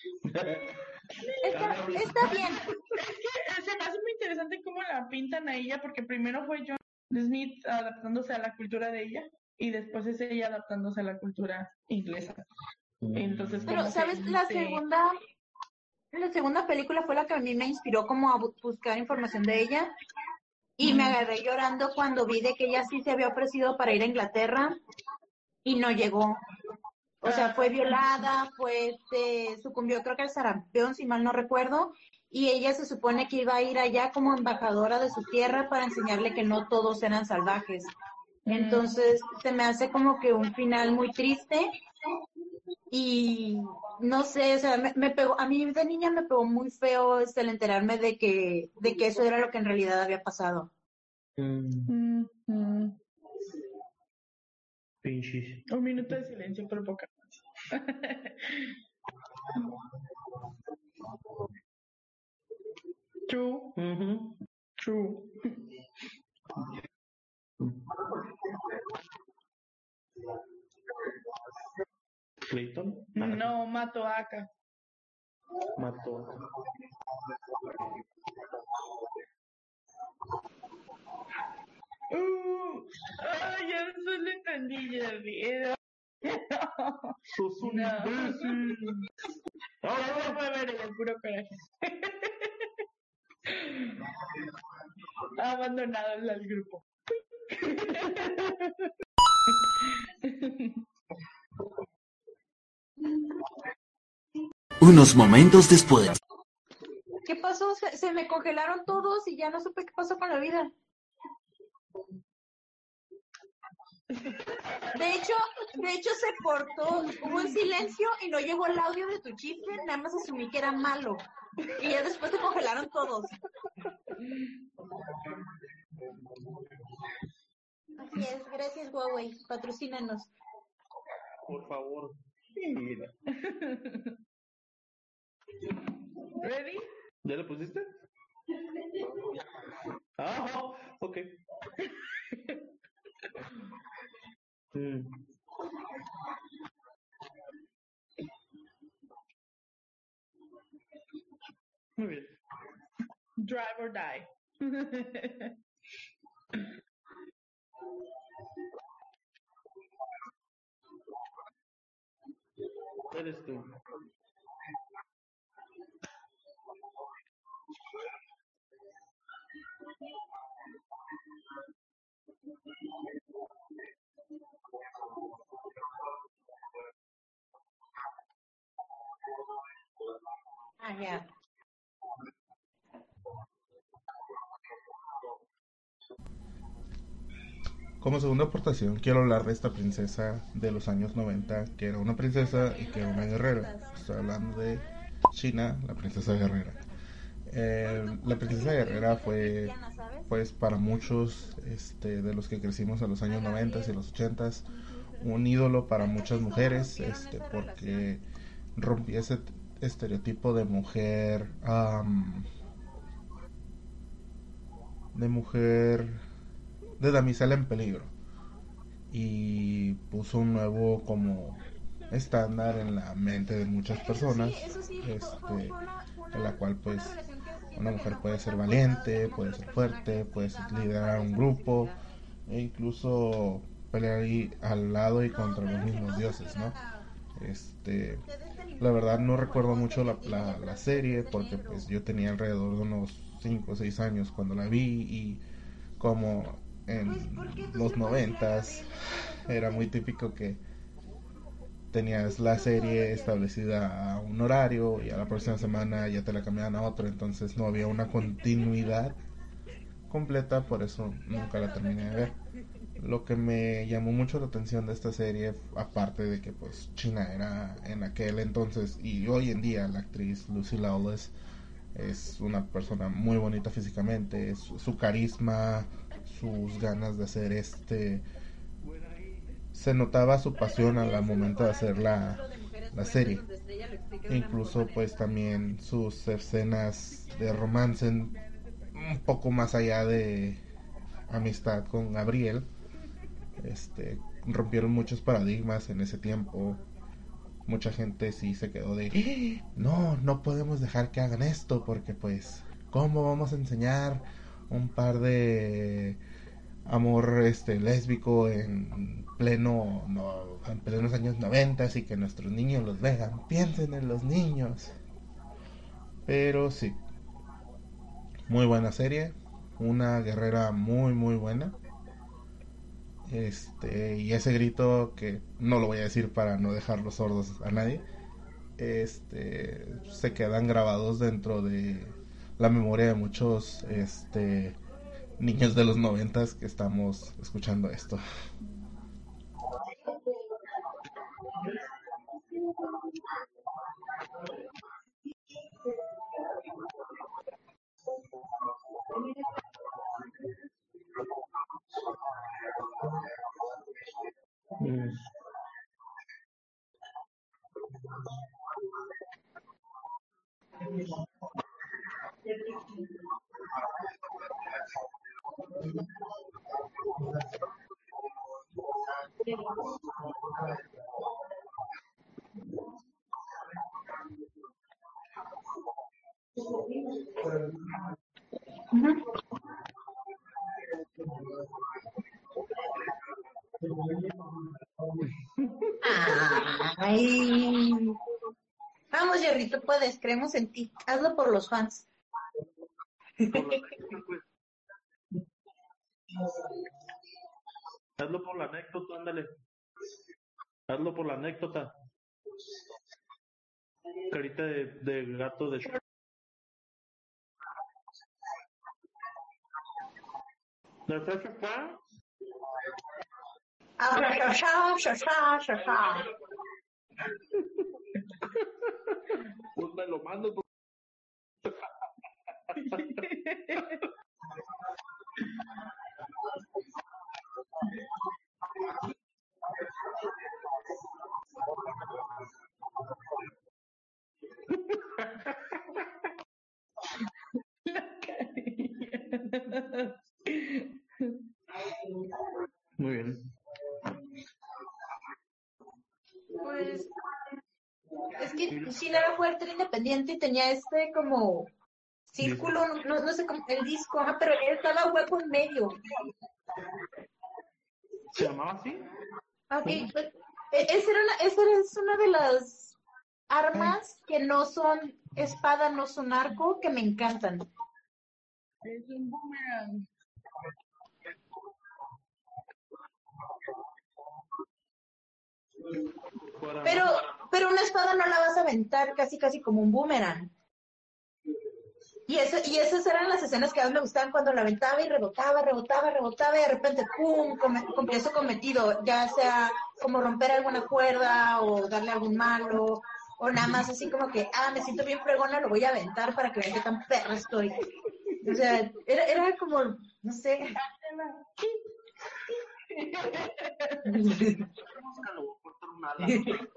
Está, está bien. Es que se me hace muy interesante cómo la pintan a ella, porque primero fue John Smith adaptándose a la cultura de ella y después es ella adaptándose a la cultura inglesa. Entonces, pero sabes, se, la se... segunda la segunda película fue la que a mí me inspiró como a buscar información de ella, y me agarré llorando cuando vi de que ella sí se había ofrecido para ir a Inglaterra y no llegó. O sea, fue violada, fue, este, sucumbió creo que al sarampión, si mal no recuerdo, y ella se supone que iba a ir allá como embajadora de su tierra para enseñarle que no todos eran salvajes. Entonces, se me hace como que un final muy triste y no sé, o sea, me, me pegó, a mí de niña me pegó muy feo este, el enterarme de que, de que eso era lo que en realidad había pasado. Mm, Mm. pinches. Un minuto de silencio por poca. True, Ujú. true. Clayton. No, mato a Aka. Mató. Uh, ay, ya no lo entendí, Jerry. Era- ¡Sos un No. imbécil! Ya se fue a ver el puro coraje. Ha abandonado el, al grupo. Unos momentos después. ¿Qué pasó? Se, se me congelaron todos y ya no supe qué pasó con la vida. De hecho, de hecho se cortó, hubo un silencio y no llegó el audio de tu chiste, nada más asumí que era malo. Y ya después se congelaron todos. Así es, gracias Huawei, patrocínanos. Por favor. Mira. ¿Ready? ¿Ya le pusiste? Ah, ok. Mm. Muy bien. Drive or die. Eres tú. Ah, ya. Como segunda aportación, quiero hablar de esta princesa de los años noventa, que era una princesa y que era una guerrera. Estoy hablando de China, la princesa guerrera. Eh, la princesa guerrera fue, pues, para muchos este, de los que crecimos en los años noventa y los ochenta, un ídolo para muchas mujeres, este, porque rompía ese estereotipo de mujer, um, de mujer, de damisela en peligro, y puso un nuevo como estándar en la mente de muchas personas, este, en la cual pues una mujer puede ser valiente, puede ser fuerte, puede liderar un grupo e incluso pelear ahí al lado y contra los mismos dioses, ¿no? Este, la verdad no recuerdo mucho la, la, la serie porque pues yo tenía alrededor de unos cinco o seis años cuando la vi, y como en los noventas era muy típico que tenías la serie establecida a un horario y a la próxima semana ya te la cambiaban a otro, entonces no había una continuidad completa, por eso nunca la terminé de ver. Lo que me llamó mucho la atención de esta serie, aparte de que pues China era en aquel entonces y hoy en día la actriz Lucy Lawless es una persona muy bonita físicamente, su, su carisma, sus ganas de hacer este, se notaba su pasión al momento de hacer la, la serie. Incluso pues también sus escenas de romance, un poco más allá de amistad con Gabriel, este, rompieron muchos paradigmas en ese tiempo. Mucha gente sí se quedó de no, no podemos dejar que hagan esto porque pues ¿cómo vamos a enseñar un par de amor este lésbico en pleno no, en plenos años noventa y que nuestros niños los vean? Piensen en los niños. Pero sí, muy buena serie, una guerrera muy muy buena. Este, y ese grito que no lo voy a decir para no dejarlos sordos a nadie, este, se quedan grabados dentro de la memoria de muchos este niños de los noventas que estamos escuchando esto. Mm. Ay. Vamos, Jerry, tú puedes, creemos en ti. Hazlo por los fans. Hazlo por la anécdota, ándale. Hazlo por la anécdota. Carita de, de gato de Shrek. ¿De Shrek fue? Ah, sha, sha, sha, sha, sha, sha. Pues me lo mando. por- Muy bien. Pues es que Shin era fuerte, era independiente y tenía este como círculo, no, no, no sé cómo, el disco, ajá, pero él estaba hueco en medio. ¿Se llamaba así? Ok, pues, e- esa era una, esa era- es una de las armas que no son espada, no son arco, que me encantan. Es un boomerang. Para- Pero, pero una espada no la vas a aventar casi casi como un boomerang. Y eso, y esas eran las escenas que a mí me gustaban cuando la aventaba y rebotaba, rebotaba, rebotaba y de repente ¡pum! come- cumplía su cometido, ya sea como romper alguna cuerda o darle algún malo, o nada más así como que, ah, me siento bien fregona, lo voy a aventar para que vean qué tan perra estoy. O sea, era, era como, no sé. Búscalo, voy a cortar un ala.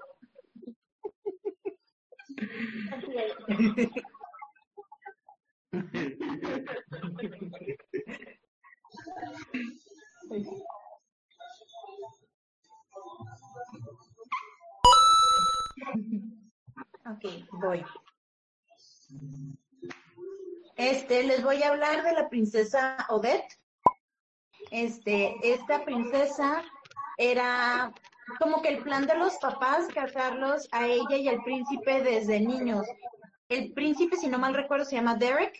Ok, voy. Este, les voy a hablar de la princesa Odette. Este, esta princesa era como que el plan de los papás casarlos a ella y al príncipe desde niños. El príncipe, si no mal recuerdo, se llama Derek.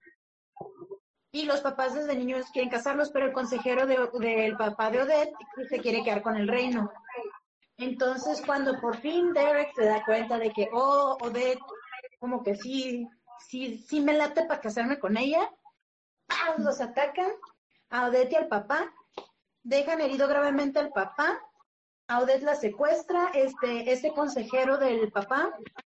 Y los papás desde niños quieren casarlos, pero el consejero de- del papá de Odette se quiere quedar con el reino. Entonces, cuando por fin Derek se da cuenta de que, oh, Odette, como que sí, sí, sí me late para casarme con ella, ¡pam! Los atacan a Odette y al papá, dejan herido gravemente al papá, a Odette la secuestra, este, este consejero del papá,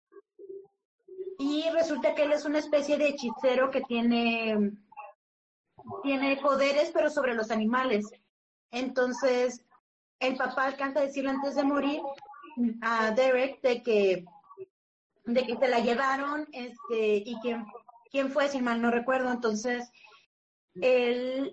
y resulta que él es una especie de hechicero que tiene, tiene poderes, pero sobre los animales. Entonces, el papá alcanza a decirle antes de morir a Derek de que, de que se la llevaron, este, y quién, quién fue, si mal no recuerdo. Entonces, él,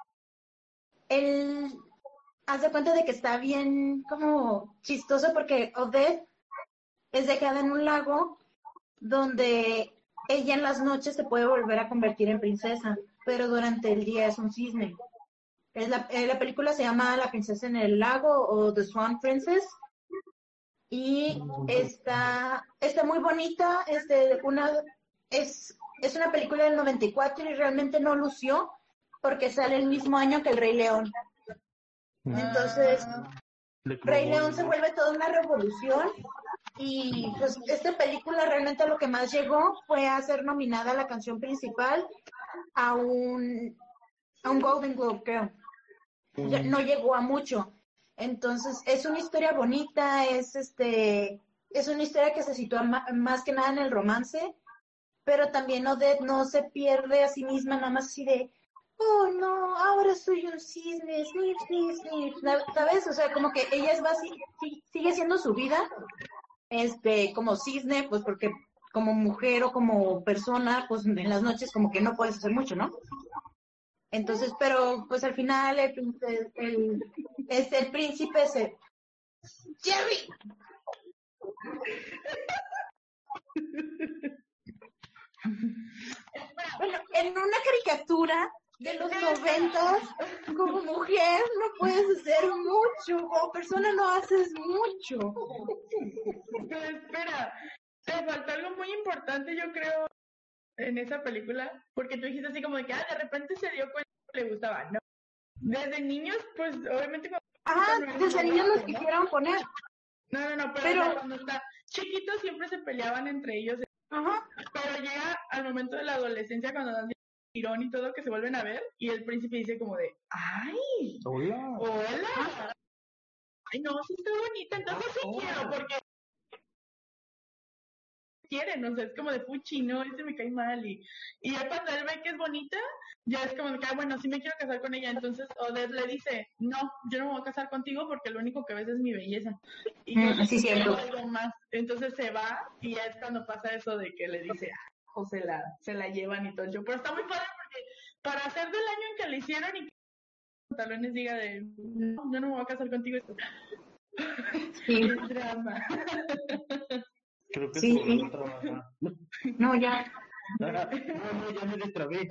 él hace cuenta de que está bien como chistoso porque Odette es dejada en un lago donde ella en las noches se puede volver a convertir en princesa, pero durante el día es un cisne. Es la, eh, la película se llama La princesa en el lago o The Swan Princess y está, está muy bonita, este, una, es, es una película del noventa y cuatro y realmente no lució, porque sale el mismo año que el Rey León. Entonces, Rey León se vuelve toda una revolución y pues esta película realmente lo que más llegó fue a ser nominada a la canción principal a un, a un Golden Globe, creo. Ya no llegó a mucho. Entonces, es una historia bonita, es este es una historia que se sitúa ma- más que nada en el romance, pero también no de no se pierde a sí misma nada más así de oh no, ahora soy un cisne, snif, snif, snif, ¿sabes? O sea, como que ella es basi- sí- sigue siendo su vida, este, como cisne, pues porque como mujer o como persona, pues en las noches como que no puedes hacer mucho, ¿no? Entonces, pero pues al final el, príncipe- el, es el príncipe se... ¡Jerry! Bueno, en una caricatura de los noventas, como mujer no puedes hacer mucho, como persona no haces mucho. Pero espera, te faltó algo muy importante, yo creo, en esa película, porque tú dijiste así como de que, ah, de repente se dio cuenta que le gustaba, ¿no? Desde niños, pues, obviamente cuando Ajá, no era desde un niños nos romance, ¿no? quisieron poner, No, no, no, pero, pero, o sea, cuando está chiquitos siempre se peleaban entre ellos, ajá, pero llega al momento de la adolescencia cuando dan tirón y todo que se vuelven a ver y el príncipe dice como de, ay, Hola. hola, ay no, sí está bonita, entonces sí quiero, porque quieren, o sea, es como de fuchi, no, ese me cae mal y, y ya cuando él ve que es bonita, ya es como de que, ah, bueno, sí me quiero casar con ella, entonces Odette le dice, no, yo no me voy a casar contigo porque lo único que ves es mi belleza y yo mm, sí, quiero cierto. algo más, entonces se va y ya es cuando pasa eso de que le dice, ah, o se la, se la llevan y todo el show, pero está muy padre porque para hacer del año en que le hicieron y que los pantalones diga de, no, yo no me voy a casar contigo, Sí, es drama. Creo que se sí, volvió sí. a trabajar. No, ya. No, no, ya me destrabé.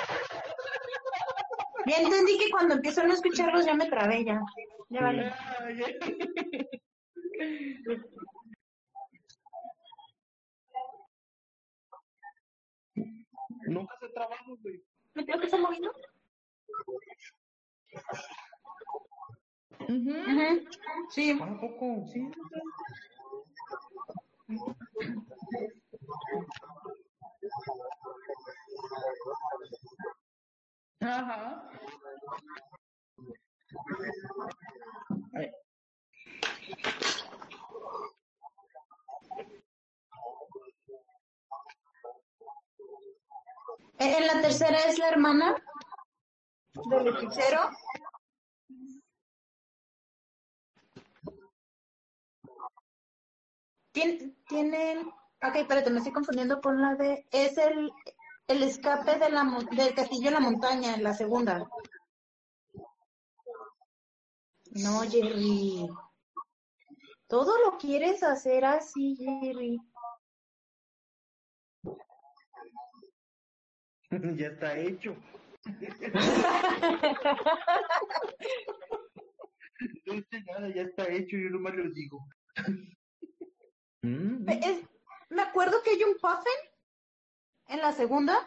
Ya entendí que cuando empiezo a no escucharlos ya me trabé, ya. Ya vale. Nunca se trabaja, güey. ¿Me tengo que estar moviendo? Ujú. Ujú, sí. ¿A poco? Sí. Ajá. Ay. En la tercera es la hermana del hechicero. Tien- Tienen, ok, espérate, me estoy confundiendo con la de, es el, el escape de la, mon- del castillo en la montaña, en la segunda. No, Jerry, todo lo quieres hacer así, Jerry. Ya está hecho. No hice nada, ya está hecho, yo nomás lo digo. Mm, Es- me acuerdo que hay un puffin en la segunda.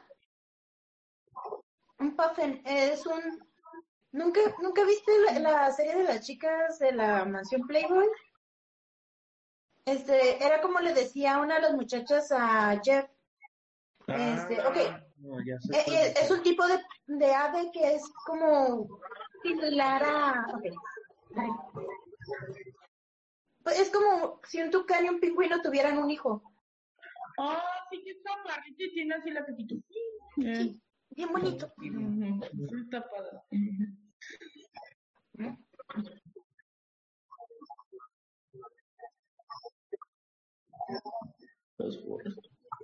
Un puffin es un... ¿Nunca, nunca viste la, la serie de las chicas de la mansión Playboy? Este, era como le decía una de las muchachas a Jeff. Este, ok, Ah, no, ya sé Eh, cuál eh, es. es un tipo de, de ave que es como similar a... ok. Ay. Pues es como si un tucán y un pingüino tuvieran un hijo. Oh, sí que está marrita y tiene así la pepita. Sí, bien bonito. Ujú. Sí, está padre. Los burros.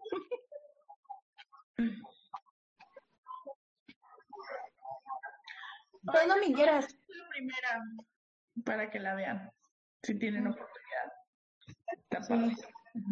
Dos domingueras. La primera, para que la vean, si tienen oportunidad. Está Sí. padre.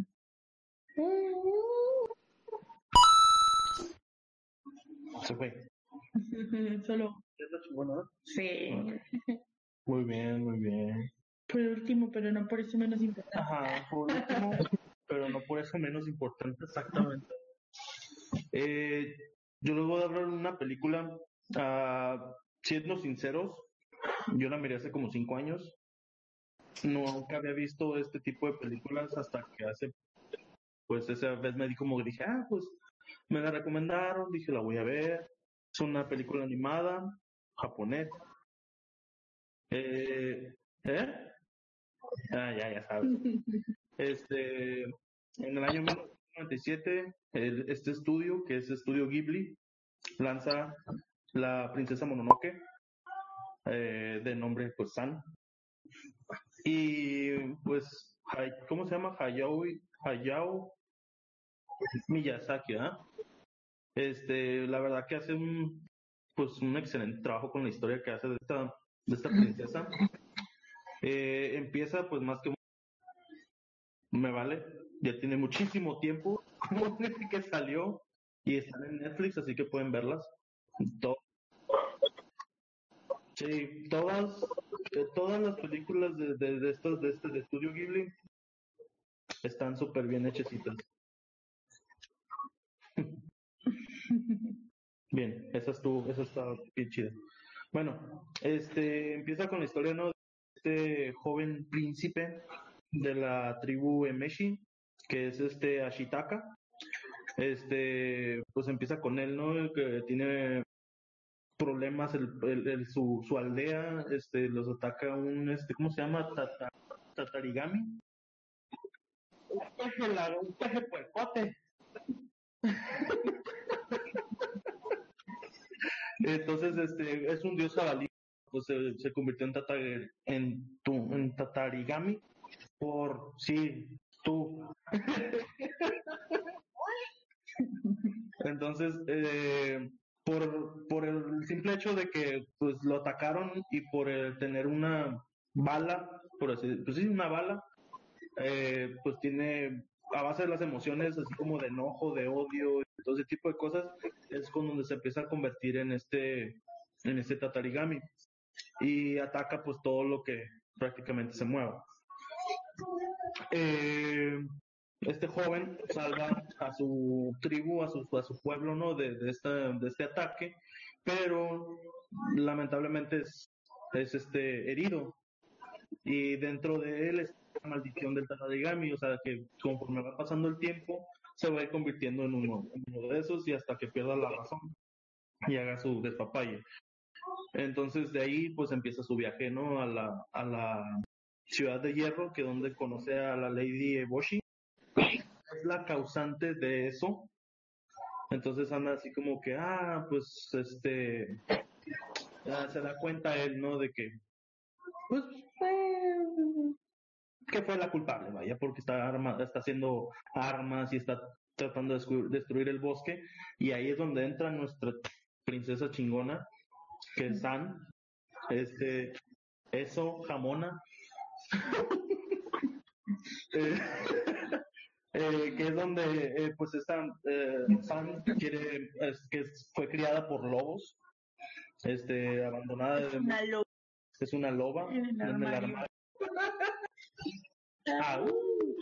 Se fue. Solo. ¿Ya está chingón, no? Sí. Muy bien, muy bien. Por último, pero no por eso menos importante. Ajá, por último, pero no por eso menos importante, exactamente. Eh, yo les voy a hablar de una película Ah, siendo sinceros, yo la miré hace como cinco años. Nunca había visto este tipo de películas hasta que hace, pues esa vez me di como dije, ah, pues me la recomendaron, dije, la voy a ver. Es una película animada, japonés. Eh, ¿eh? Ah, ya, ya sabes. Este, en el año mil novecientos noventa y siete, el- este estudio, que es Estudio Ghibli, lanza La Princesa Mononoke, eh, de nombre pues San. Y pues, Hay- ¿cómo se llama? Hayao, Hayao Miyazaki, ¿ah? Este, la verdad que hace un, pues un excelente trabajo con la historia que hace de esta, de esta princesa. Eh, empieza pues más que me vale, ya tiene muchísimo tiempo que salió y están en Netflix, así que pueden verlas. To- sí, todas, eh, todas las películas de, de, de estos de este de Estudio Ghibli están súper bien hechecitas. Bien, esa estuvo, esa está bien chida. Bueno, este empieza con la historia, ¿no? De este joven príncipe de la tribu Emeshi, que es este Ashitaka. Este, pues empieza con él, ¿no? Que tiene problemas el, el- el- su, su aldea, este, los ataca un, este, ¿cómo se llama? Tata- tatarigami. Un peje, la- un peje puercote. Entonces, este, es un dios jabalí, pues se, se convirtió en, tata, en, tu, en tatarigami por, sí, tú. Entonces, eh, por, por el simple hecho de que pues lo atacaron y por el tener una bala, por así, pues sí, una bala, eh, pues tiene a base de las emociones así como de enojo, de odio, y todo ese tipo de cosas, es con donde se empieza a convertir en este, en este tatarigami y ataca pues todo lo que prácticamente se mueva. Eh, este joven salva a su tribu, a su, a su pueblo, ¿no? De, de, esta, de este ataque, pero lamentablemente es, es este herido y dentro de él está la maldición del Tatarigami, o sea que conforme va pasando el tiempo se va a ir convirtiendo en uno, en uno de esos y hasta que pierda la razón y haga su despapalle. Entonces de ahí pues empieza su viaje, ¿no? A la, a la ciudad de Hierro, que donde conoce a la Lady Eboshi, es la causante de eso. Entonces anda así como que, ah, pues este, ah, se da cuenta él, ¿no? De que, pues, eh, que fue la culpable, vaya, porque está, arma, está haciendo armas y está tratando de destruir el bosque. Y ahí es donde entra nuestra princesa chingona, que es San, este, eso, jamona, eh, eh, que es donde, eh, pues, esta eh, San quiere, es, que fue criada por lobos, este, abandonada, Es de, una loca es una loba en el en el armario. armario. Ah, uh.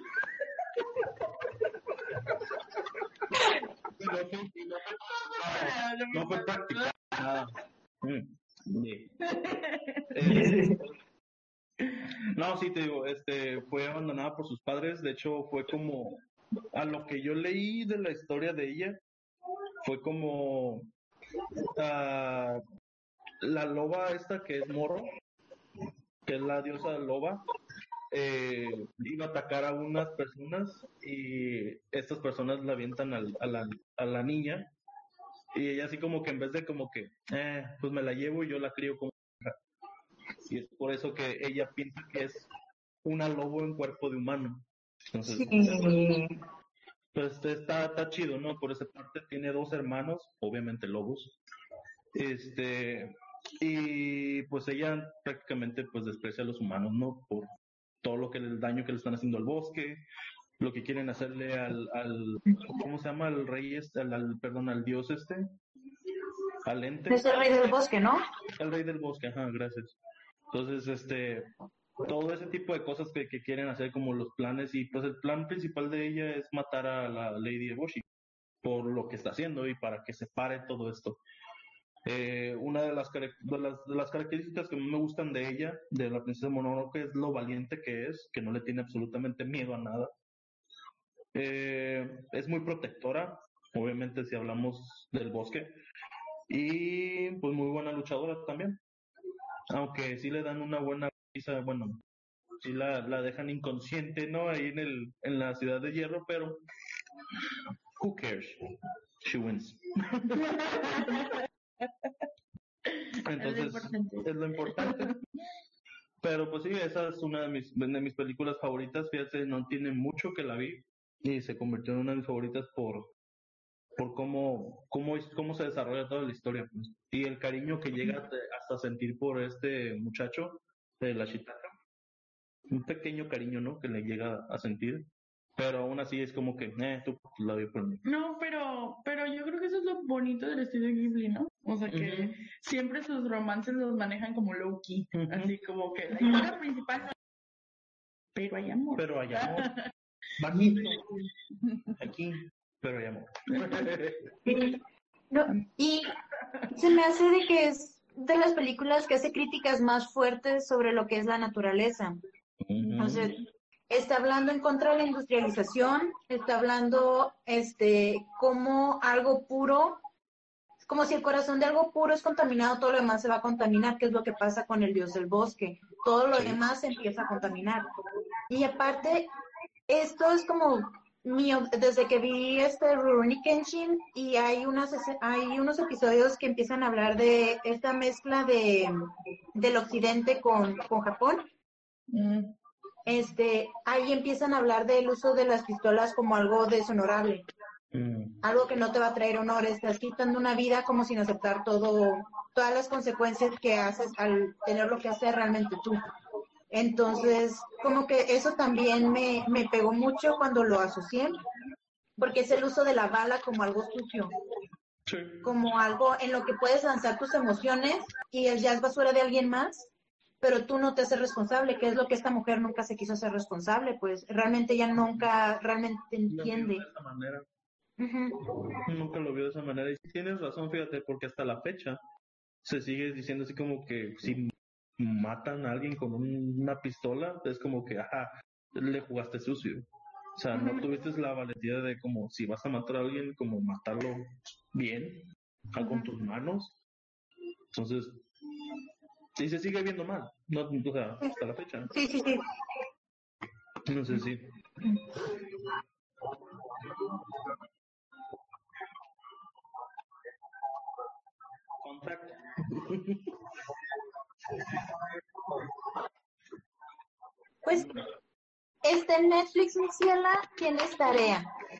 No fue, no fue, no fue práctica. Nada. Mm, sí. Eh, no, sí te digo, este, fue abandonada por sus padres. De hecho, fue como, a lo que yo leí de la historia de ella, fue como ah, la loba esta que es Moro, que es la diosa loba, eh, iba a atacar a unas personas y estas personas la avientan al- a, la, a la niña y ella así como que en vez de como que, eh, pues me la llevo y yo la crío como hija. Y es por eso que ella piensa que es una lobo en cuerpo de humano. Entonces, Sí. pues está, está chido, ¿no? Por esa parte tiene dos hermanos, obviamente lobos. Este, y pues ella prácticamente pues desprecia a los humanos, ¿no? Por todo lo que el daño que le están haciendo al bosque, lo que quieren hacerle al, al ¿cómo se llama? Al rey este, al, al- perdón, al dios este, al ente, Es el rey del bosque, ¿no? al rey del bosque, ajá, gracias. Entonces, este, todo ese tipo de cosas que, que quieren hacer como los planes y pues el plan principal de ella es matar a la Lady Eboshi por lo que está haciendo y para que se pare todo esto. Eh, una de las, de, las, de las características que más me gustan de ella, de la princesa Mononoke, es lo valiente que es, que no le tiene absolutamente miedo a nada. Eh, es muy protectora, obviamente si hablamos del bosque, y pues muy buena luchadora también, aunque sí le dan una buena pizza, bueno, sí la, la dejan inconsciente, ¿no? Ahí en, el, en la ciudad de hierro, pero who cares, she wins. Entonces, es lo importante. Pero pues sí, esa es una de mis, de mis películas favoritas. Fíjate, no tiene mucho que la vi y se convirtió en una de mis favoritas por, por cómo, cómo, cómo se desarrolla toda la historia. Pues. Y el cariño que llega hasta sentir por este muchacho de la Shitaka. Un pequeño cariño, ¿no? Que le llega a sentir. Pero aún así es como que, eh, tú la vi por mí. No, pero, pero yo creo que eso es lo bonito del estudio Ghibli, ¿no? O sea que uh-huh. siempre sus romances los manejan como low-key, uh-huh. así como que la historia principal no... pero hay amor. Pero hay amor. Bajito. Aquí, pero hay amor. Sí. No, y se me hace de que es de las películas que hace críticas más fuertes sobre lo que es la naturaleza. Uh-huh. O sea, está hablando en contra de la industrialización, está hablando este como algo puro, como si el corazón de algo puro es contaminado, todo lo demás se va a contaminar, que es lo que pasa con el dios del bosque. Todo lo sí. demás se empieza a contaminar. Y aparte, esto es como mío, desde que vi este Rurouni Kenshin, y hay unas hay unos episodios que empiezan a hablar de esta mezcla de del occidente con, con Japón. Mm. Este, ahí empiezan a hablar del uso de las pistolas como algo deshonorable, mm. algo que no te va a traer honor, estás quitando una vida como sin aceptar todo, todas las consecuencias que haces al tener lo que hacer realmente tú. Entonces, como que eso también me, me pegó mucho cuando lo asocié, porque es el uso de la bala como algo sucio, sí. como algo en lo que puedes lanzar tus emociones y ya es basura de alguien más, pero tú no te haces responsable, que es lo que esta mujer nunca se quiso hacer responsable, pues realmente ella nunca realmente entiende. De esa manera. Uh-huh. Nunca lo vio de esa manera. Y tienes razón, fíjate, porque hasta la fecha se sigue diciendo así como que si matan a alguien con un, una pistola, es como que, ajá, le jugaste sucio. O sea, uh-huh. no tuviste la valentía de como si vas a matar a alguien, como matarlo bien, uh-huh. con tus manos. Entonces, y se sigue viendo mal, no, o sea, hasta la fecha. Sí, sí, sí. No sé si. Contacto. Pues, este Netflix, mi ciela, tienes tarea.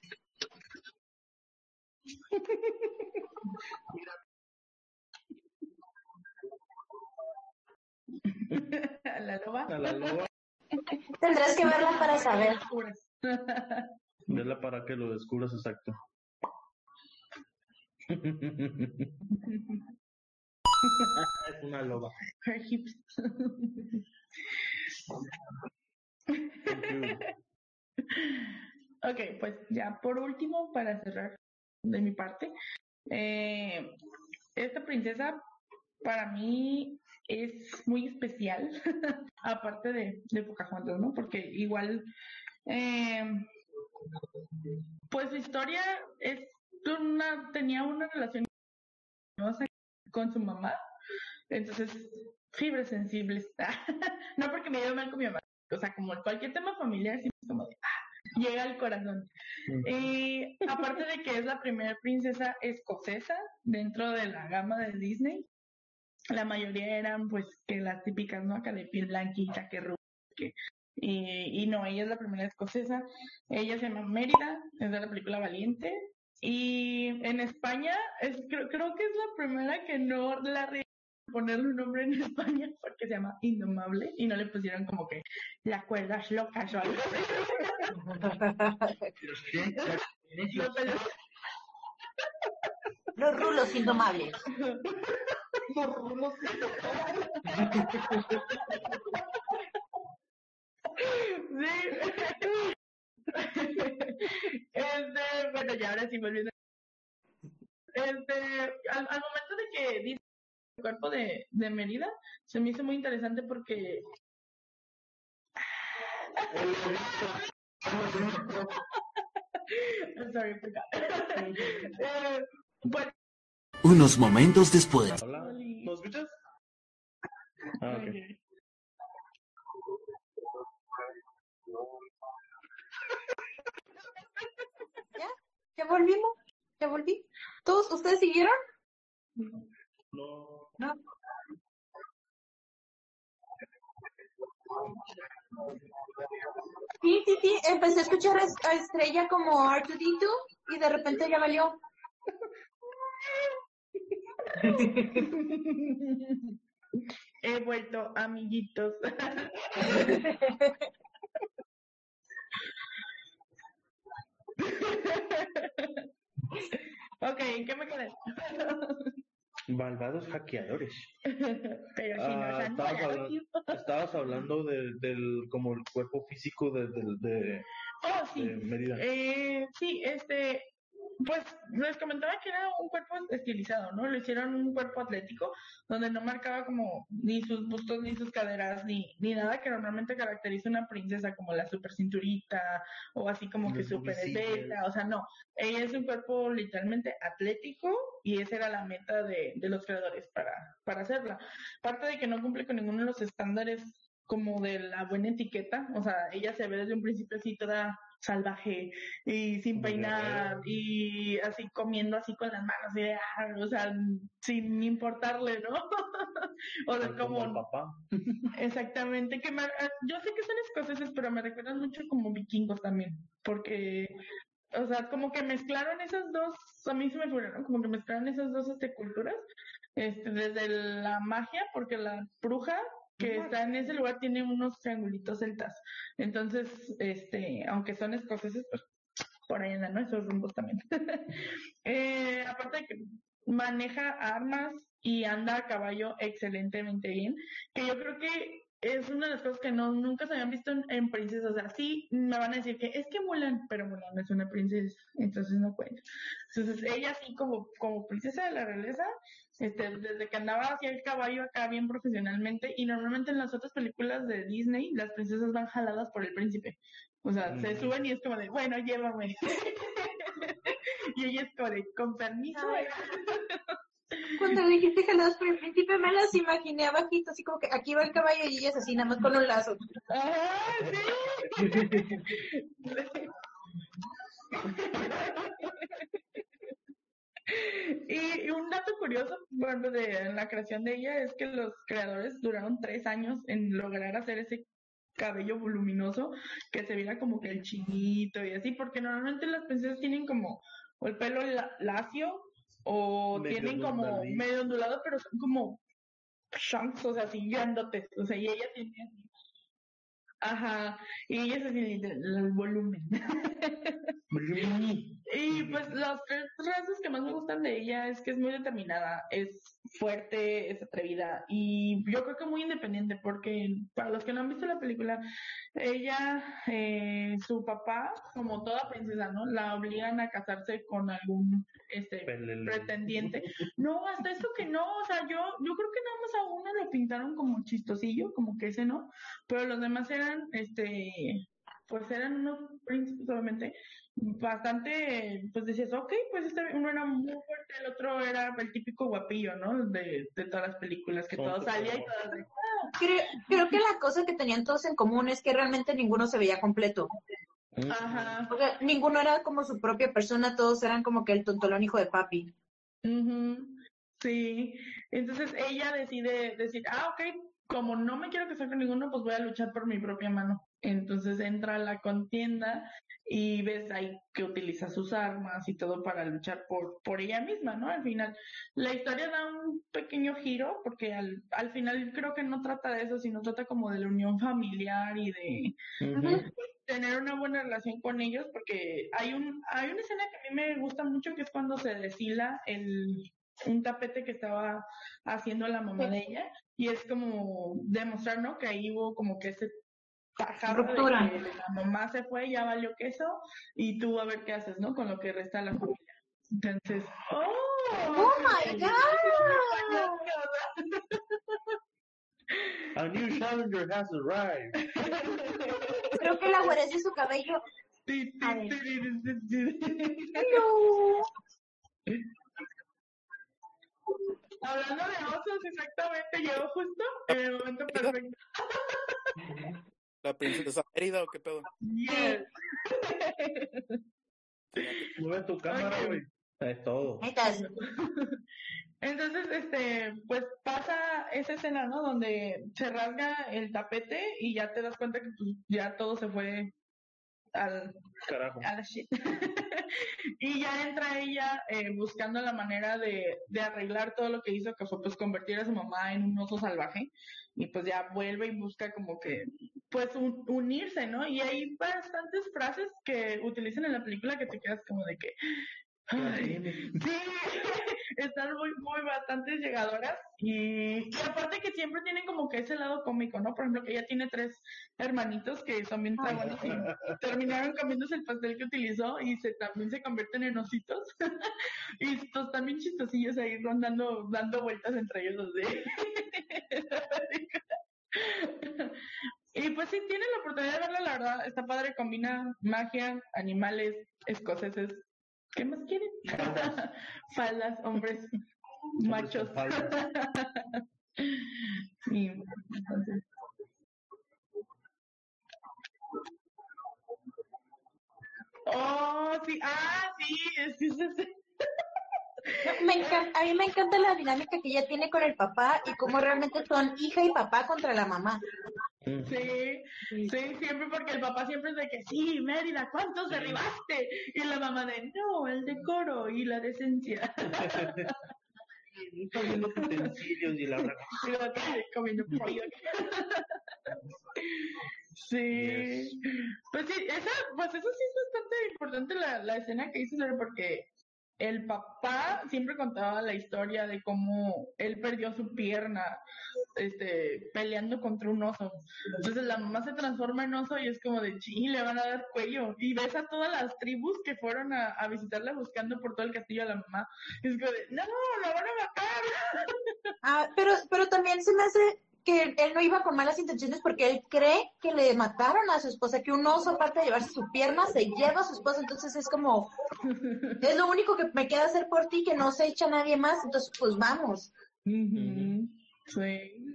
¿A la loba? A la loba. Tendrás que verla para saber. Verla para que lo descubras exacto. Es una loba. Her hips. Ok, pues ya por último, para cerrar de mi parte, eh, esta princesa para mí es muy especial, aparte de, de Pocahontas, ¿no? Porque igual, eh, pues su historia es una, tenía una relación con su mamá, entonces fibras sensibles, no porque me dio mal con mi mamá, o sea, como cualquier tema familiar, siempre es como de, ah, llega al corazón. Y eh, aparte de que es la primera princesa escocesa dentro de la gama de Disney, la mayoría eran pues que las típicas, ¿no? Acá de piel blanquita, que rubia, que y, y no, ella es la primera escocesa. Ella se llama Mérida, es de la película Valiente. Y en España, es, creo, creo que es la primera que no la re ponerle un nombre en España porque se llama Indomable y no le pusieron como que las cuerdas locas o algo. Los rulos indomables. Los rulos indomables. Sí. Este, bueno, ya ahora sí volviendo. este, al, al momento de que dice el cuerpo de, de Mérida, se me hizo muy interesante porque... Sorry, forgot. eh, bueno, Unos momentos después. Hola, ¿nos escuchas? Ah, ok. okay. ¿Ya? ¿Ya volvimos? ¿Ya volví? ¿Todos ustedes siguieron? No. No. Sí, sí, sí, empecé a escuchar a Estrella como R dos D dos y de repente ya valió. He vuelto, amiguitos. Ok, ¿en qué me quedé? Malvados hackeadores. Pero si nos Ah, han estabas, volado, hablando, tío. estabas hablando de, del como el cuerpo físico de, de, de, Oh, sí. de Mérida. Eh, sí, este, pues les comentaba que era un cuerpo estilizado, ¿no? Lo hicieron un cuerpo atlético, donde no marcaba como ni sus bustos, ni sus caderas, ni, ni nada que normalmente caracteriza una princesa, como la super cinturita, o así como que Los super boobies, esbelta, o sea, no. Ella es un cuerpo literalmente atlético, y esa era la meta de, de los creadores para, para hacerla. Aparte de que no cumple con ninguno de los estándares como de la buena etiqueta, o sea, ella se ve desde un principio así toda salvaje y sin Como peinar guerrero. y así comiendo así con las manos y de, ah, o sea, sin importarle, ¿no? O sea, Tal como el como papá. exactamente, que me, yo sé que son escoceses, pero me recuerdan mucho como vikingos también, porque, o sea, como que mezclaron esas dos, a mí se me fueron, ¿no? Como que mezclaron esas dos este, culturas, este, desde la magia, porque la bruja que está en ese lugar tiene unos triangulitos celtas, entonces, este, aunque son escoceses, pues por ahí andan, ¿no? Esos rumbos también. eh, aparte de que maneja armas y anda a caballo excelentemente bien, que yo creo que es una de las cosas que no nunca se habían visto en, en princesas. O sea, sí me van a decir que es que Mulan, pero Mulan no es una princesa, entonces no cuenta. Entonces ella sí como, como princesa de la realeza, este, desde que andaba hacia el caballo acá bien profesionalmente, y normalmente en las otras películas de Disney las princesas van jaladas por el príncipe. O sea, Mm. se suben y es como de, bueno, llévame. Y ella es como de, con permiso. Ay, cuando dijiste jalados por el príncipe me las imaginé abajito, así como que aquí va el caballo y ellas así nada más con un lazo. ¡Ah, sí! Y, y un dato curioso, bueno, de la creación de ella es que los creadores duraron tres años en lograr hacer ese cabello voluminoso que se viera como que el chinito y así, porque normalmente las princesas tienen como o el pelo la- lacio o Medio tienen como onduladito. medio ondulado, pero son como chunks, o sea, así grandotes, o sea, y ella tiene así, ajá, y ella es así el, el volumen. Y pues los tres rasgos que más me gustan de ella es que es muy determinada, es fuerte, es atrevida y yo creo que muy independiente porque para los que no han visto la película, ella, eh, su papá, como toda princesa, ¿no? La obligan a casarse con algún este Pelele. pretendiente. No, hasta eso que no, o sea, yo, yo creo que nada más a uno lo pintaron como chistosillo, como que ese no, pero los demás eran, este, pues eran unos príncipes obviamente bastante, pues decías, ok, pues este uno era muy fuerte, el otro era el típico guapillo, ¿no? De, de todas las películas, que todo Tonto, salía y pero- todas de, Creo, creo que la cosa que tenían todos en común es que realmente ninguno se veía completo. Mm. ajá, O sea, ninguno era como su propia persona, todos eran como que el tontolón hijo de papi. ujú, sí, entonces ella decide decir, ah, ok, como no me quiero casar con ninguno, pues voy a luchar por mi propia mano. Entonces entra a la contienda y ves ahí que utiliza sus armas y todo para luchar por, por ella misma, ¿no? Al final, la historia da un pequeño giro porque al, al final creo que no trata de eso, sino trata como de la unión familiar y de Ujú. tener una buena relación con ellos, porque hay un hay una escena que a mí me gusta mucho, que es cuando se deshila el un tapete que estaba haciendo la mamá de ella, y es como demostrar, ¿no? Que ahí hubo como que ese tajazo de Ruptura. que la mamá se fue, ya valió queso, y tú a ver qué haces, ¿no? Con lo que resta de la familia. Entonces, oh, ¡Oh, my God! A new challenger has arrived. Creo que le aguareció su cabello. A ver. No. Hablando de osos, exactamente, llegó justo en el momento perfecto. ¿La princesa Mérida o qué pedo? Yes. Mueve tu cámara, Ok. güey. Es todo. Ahí estás. Entonces, este, pues pasa esa escena, ¿no? Donde se rasga el tapete y ya te das cuenta que pues, ya todo se fue al, Carajo. a la shit. Y ya entra ella eh, buscando la manera de, de arreglar todo lo que hizo, que fue pues convertir a su mamá en un oso salvaje. Y pues ya vuelve y busca como que, pues un, unirse, ¿no? Y hay bastantes frases que utilizan en la película que te quedas como de que... Ay, sí, están muy, muy bastante llegadoras y, y aparte que siempre tienen como que ese lado cómico, ¿no? Por ejemplo, que ella tiene tres hermanitos que son bien buenos y terminaron comiéndose el pastel que utilizó y se también se convierten en ositos y estos también chistosillos ahí rondando, dando vueltas entre ellos así. Y pues si tienen la oportunidad de verla, la verdad, está padre, combina magia, animales, escoceses. ¿Qué más quieren? Faldas. Faldas, hombres, machos. faldas. Y entonces... Oh, sí, ah, sí, es que es ese. Me encanta, a mí me encanta la dinámica que ella tiene con el papá y cómo realmente son hija y papá contra la mamá. Sí, sí, siempre porque el papá siempre es de que sí, Mérida, ¿cuántos derribaste? Y la mamá de no, el decoro y la decencia. Todos los utensilios y la verdad. Y luego que comiendo pollo. Sí, Yes. pues sí, esa, pues eso sí es bastante importante la, la escena que hizo, porque el papá siempre contaba la historia de cómo él perdió su pierna, este, peleando contra un oso. Entonces la mamá se transforma en oso y es como de ching, le van a dar cuello. Y ves a todas las tribus que fueron a, a visitarla buscando por todo el castillo a la mamá. Y es como de, no, la van a matar. Ah, pero, pero también se me hace que él no iba con malas intenciones porque él cree que le mataron a su esposa, que un oso, aparte de llevarse su pierna, se lleva a su esposa. Entonces es como, es lo único que me queda hacer por ti, que no se echa nadie más. Entonces, pues vamos. Uh-huh. Sí.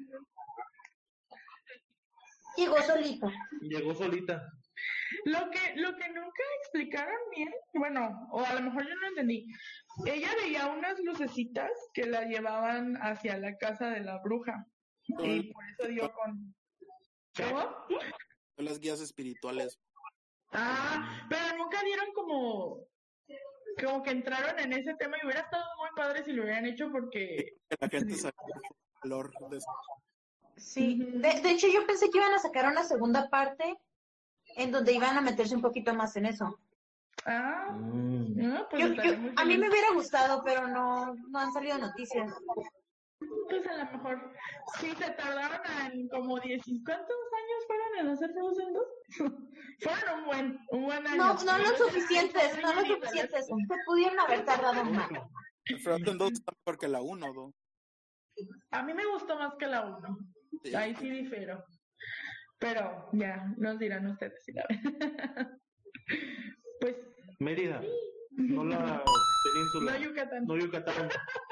Llegó solito. Llegó solita. Lo que, lo que nunca explicaron bien, bueno, o a lo mejor yo no entendí. Ella veía unas lucecitas que la llevaban hacia la casa de la bruja. Y por eso dio con... ¿Cómo? Las guías espirituales. Ah, pero nunca dieron como... Como que entraron en ese tema y hubiera estado muy padre si lo hubieran hecho porque... La gente sabía el valor de eso. Sí, de, de hecho yo pensé que iban a sacar una segunda parte en donde iban a meterse un poquito más en eso. Ah, Mm. no, pues Yo, estaría yo, muy a mí bien. me hubiera gustado, pero no, no han salido noticias. Pues a lo mejor sí se tardaron en como diez, ¿cuántos años fueron en hacer Frozen dos? Fueron un buen, un buen año. No, no lo suficientes, no lo suficientes. Se pudieron haber tardado más. Frozen dos está mejor que la uno, ¿no? A mí me gustó más que la uno. Sí. Ahí sí difiero. Pero ya, nos dirán ustedes si la ven. Pues, Mérida. No la península. no Yucatán. No Yucatán.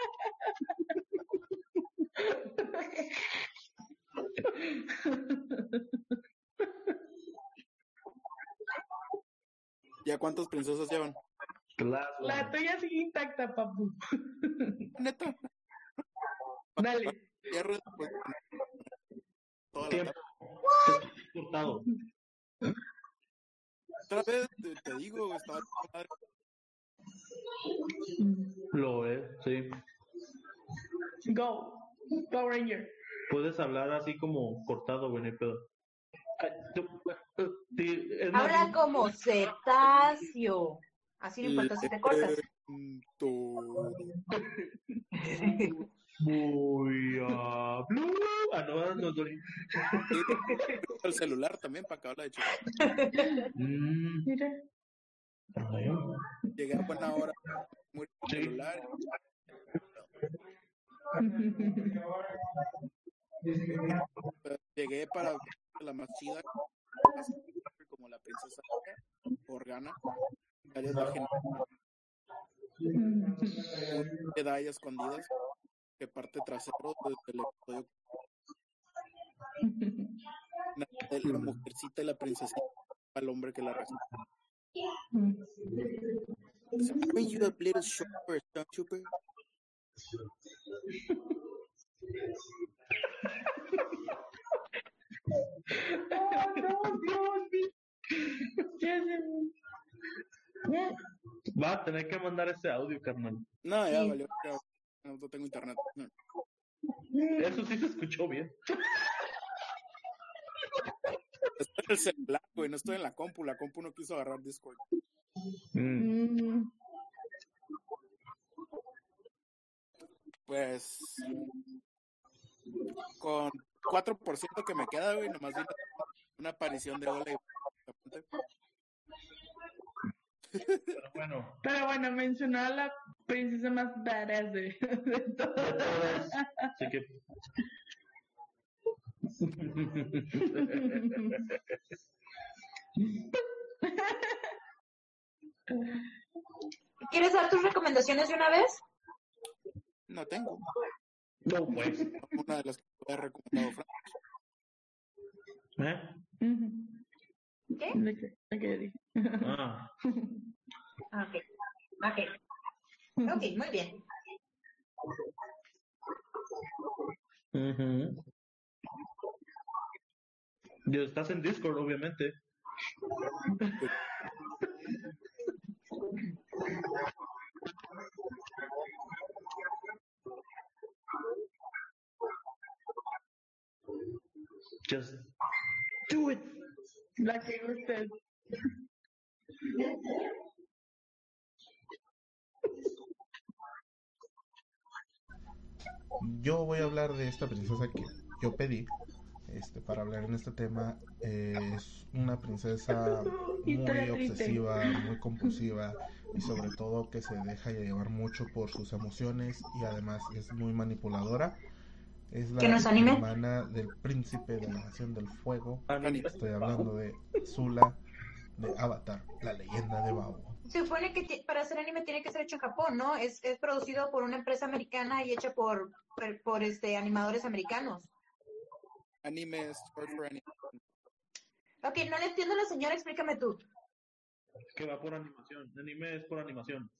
¿Ya cuántas princesas llevan? Claro. La tuya sigue intacta, papu. Neta. Dale. Cierre después. Toda la Tiempo. tarde. Cortado. Otra vez te, te digo, estaba madre. Lo es, sí. Go. Power Ranger. Puedes hablar así como cortado, güey, no hay pedo. Ay, tú- sí, es más, Habla como cetáceo. Así no importa si te cortas. Lento. Voy a... Ah, no, no, sorry. El celular también para que habla de chico. Mm, Mira. ay, Llegué a buena hora. Muy Sí. celular. Llegué para la más chida, como la princesa Organa. Varias la gente. Queda ahí escondidas, que parte trasero del episodio. La, la mujercita y la princesita al hombre que la rescata. Are you a little short for a stormtrooper? Va a tener que mandar ese audio, carnal. No, ya sí. Valió. Ya, no tengo internet. No. Eso sí se escuchó bien. Estoy en el celular, güey, no estoy en la compu. La compu no quiso agarrar Discord. Mm. Pues con cuatro por ciento que me queda, güey, nomás vi una aparición de Ola y... Pero bueno. Pero bueno, mencionó a la princesa más badass de, de todas. De todas. Así que... ¿Quieres dar tus recomendaciones de una vez? No tengo. No, pues. Una de las que te he recomendado, Frank. ¿Eh? ¿Qué? ¿De qué? ¿De qué dije? Ah. Ok. Ok. Ok, muy bien. Uh-huh. Y estás en Discord, obviamente. Just do it. La que usted. Yo voy a hablar de esta princesa que yo pedí este, para hablar en este tema. Eh, es una princesa muy obsesiva, muy compulsiva y sobre todo que se deja llevar mucho por sus emociones y además es muy manipuladora. Es la hermana del príncipe de la Nación del Fuego. Estoy hablando de Azula de Avatar, la leyenda de Bao. Se supone que t- para hacer anime tiene que ser hecho en Japón, ¿no? Es, es producido por una empresa americana y hecha por, por, por este animadores americanos. Anime es short for anime. Ok, no le entiendo a la señora, explícame tú. Que va por animación. Anime es por animación.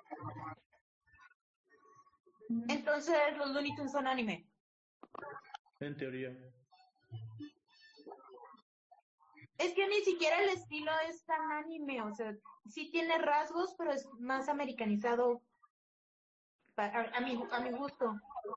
Entonces los Looney Tunes son anime. En teoría. Es que ni siquiera el estilo es tan anime, o sea, sí tiene rasgos, pero es más americanizado a, a, a, mi, a mi gusto.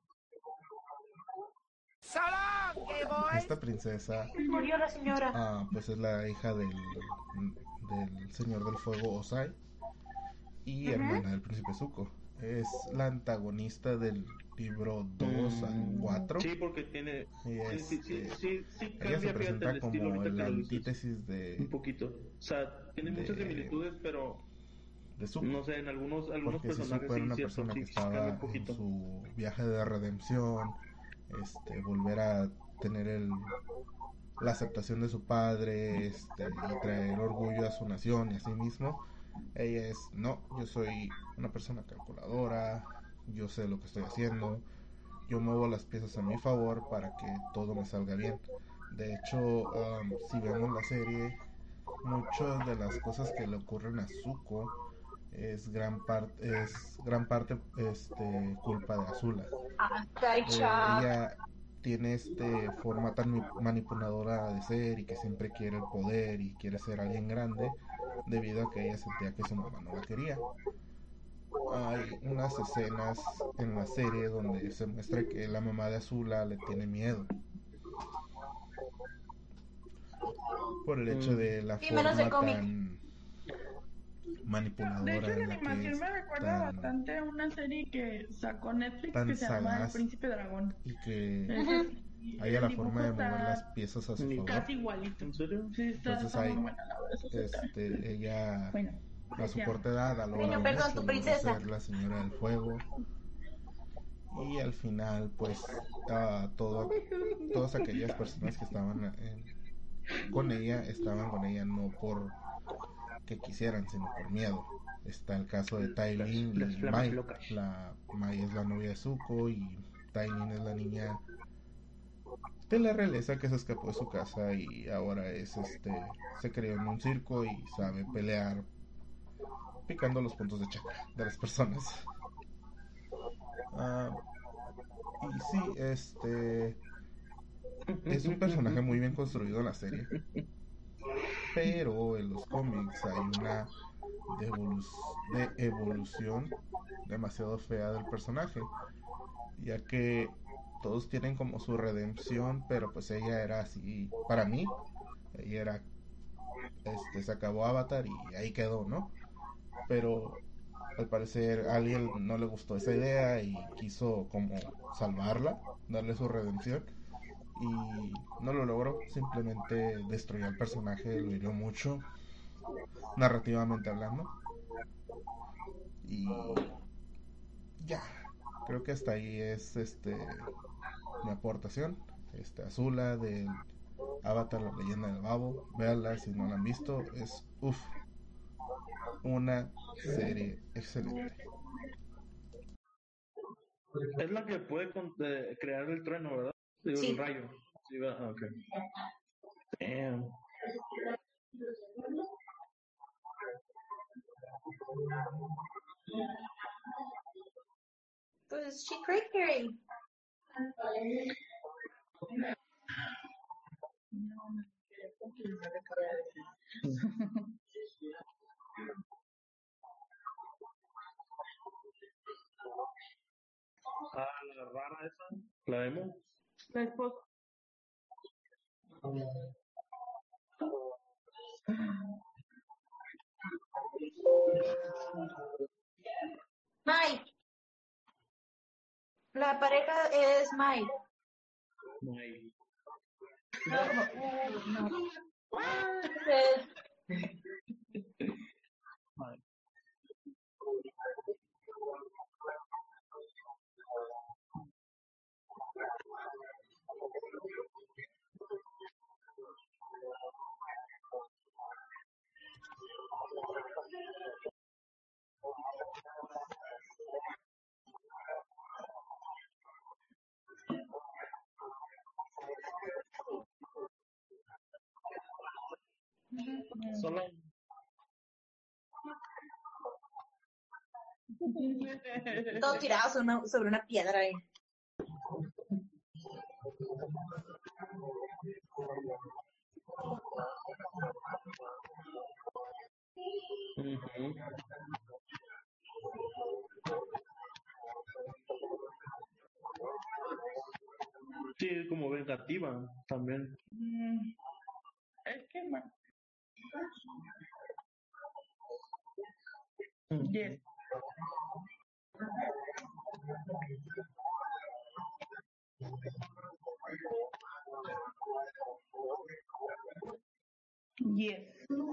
Esta princesa murió la señora. Ah, pues es la hija del, del Señor del Fuego Ozai y uh-huh. hermana del Príncipe Zuko. Es la antagonista del libro dos mm, al cuatro. Sí, porque tiene... Y es, sí, sí, sí, sí, ella se presenta como la antítesis de... Un poquito. O sea, tiene de, muchas similitudes, pero... De Zuko. No sé, en algunos, algunos porque personajes... Si Zuko era una sí, persona cierto, que sí, estaba en su viaje de redención, este, volver a tener el... la aceptación de su padre, este, y traer orgullo a su nación y a sí mismo. Ella es, no, yo soy una persona calculadora, yo sé lo que estoy haciendo, yo muevo las piezas a mi favor para que todo me salga bien. De hecho, um, si vemos la serie, muchas de las cosas que le ocurren a Zuko es gran parte, es gran parte, este, culpa de Azula. Eh, ella tiene este forma tan manipuladora de ser y que siempre quiere el poder y quiere ser alguien grande debido a que ella sentía que su mamá no la quería. Hay unas escenas en la serie donde se muestra que la mamá de Azula le tiene miedo por el hecho de la sí, forma tan manipuladora. De hecho, la en la animación me recuerda tan, bastante a una serie que sacó Netflix que se llama El Príncipe Dragón. Y que uh-huh. haya la forma de mover las piezas a su favor. Casi igualito. ¿En serio? Sí, está, entonces está ahí, muy buena, la verdad, este, ella bueno, a su corta edad a lo bueno, perdón, mucho, tu princesa. ser la señora del fuego y al final pues uh, todo, todas aquellas personas que estaban en, con ella estaban con ella no por que quisieran sino por miedo. Está el caso de Tailin y Mai. La Mai es la novia de Zuko y Tailin es la niña de la realeza que se escapó de su casa y ahora es este se creó en un circo y sabe pelear picando los puntos de chakra de las personas. Uh, y sí, este es un personaje muy bien construido en la serie, pero en los cómics hay una de, evolu- de evolución demasiado fea del personaje, ya que todos tienen como su redención, pero pues ella era así, para mí, ella era, este, se acabó Avatar y ahí quedó, ¿no? Pero al parecer a alguien no le gustó esa idea y quiso como salvarla, darle su redención y no lo logró, simplemente destruyó al personaje, lo hirió mucho, narrativamente hablando. Y ya, creo que hasta ahí es este mi aportación. Este Azula del Avatar, la leyenda del babo, véanla si no la han visto, es uff, una serie excelente. Es la que puede con- eh, crear el trueno, ¿verdad? Digo, Sí. el rayo. Sí, va, ah, ok. Damn. Pues she great Harry. Ah, la rara esa, la emo. La esposa. Mike. La pareja es Mike. Mai. No, no. Entonces, Mai. Solo. todo tirado sobre una, sobre una piedra ahí. Ujú. Sí, como vengativa también. Mm, es que, bueno, yes. Yes.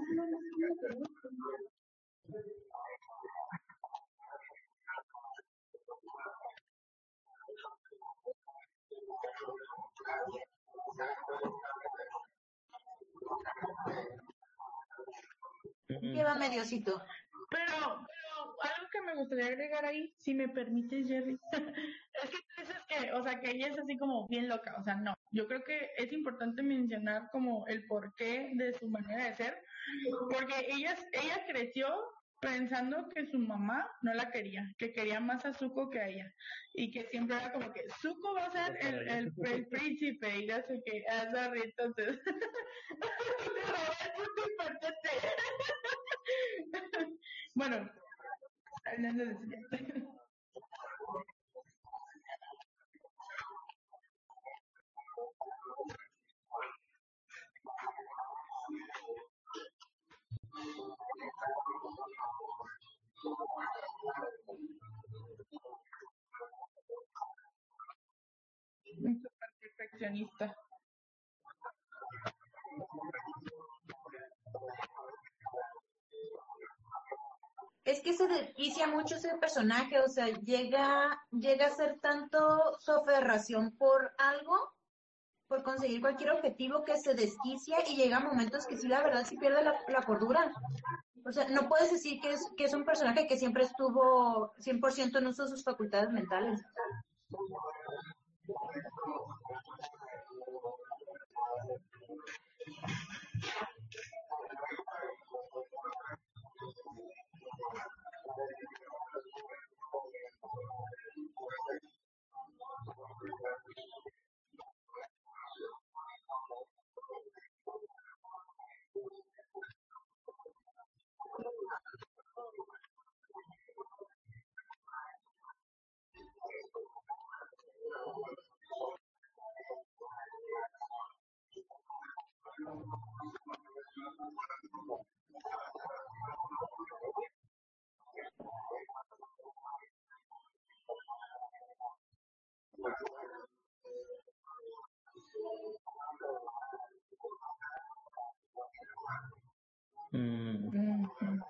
Ujú. Llévame Diosito. Pero, pero algo que me gustaría agregar ahí, si me permites, Jerry, es que tú dices que, o sea, que ella es así como bien loca, o sea, no. Yo creo que es importante mencionar como el porqué de su manera de ser, porque ella, ella creció pensando que su mamá no la quería, que quería más a Zuko que a ella, y que siempre era como que Zuko va a ser el, el, el príncipe, y ya sé que, ah, sorry, entonces, bueno, hablando de eso. Un super perfeccionista. Es que se desquicia mucho ese personaje, o sea, llega, llega a ser tanto su aferración por algo, por conseguir cualquier objetivo que se desquicia y llega a momentos que sí, la verdad, sí pierde la, la cordura. O sea, no puedes decir que es, que es un personaje que siempre estuvo cien por ciento en uso de sus facultades mentales. Mm. Ujú.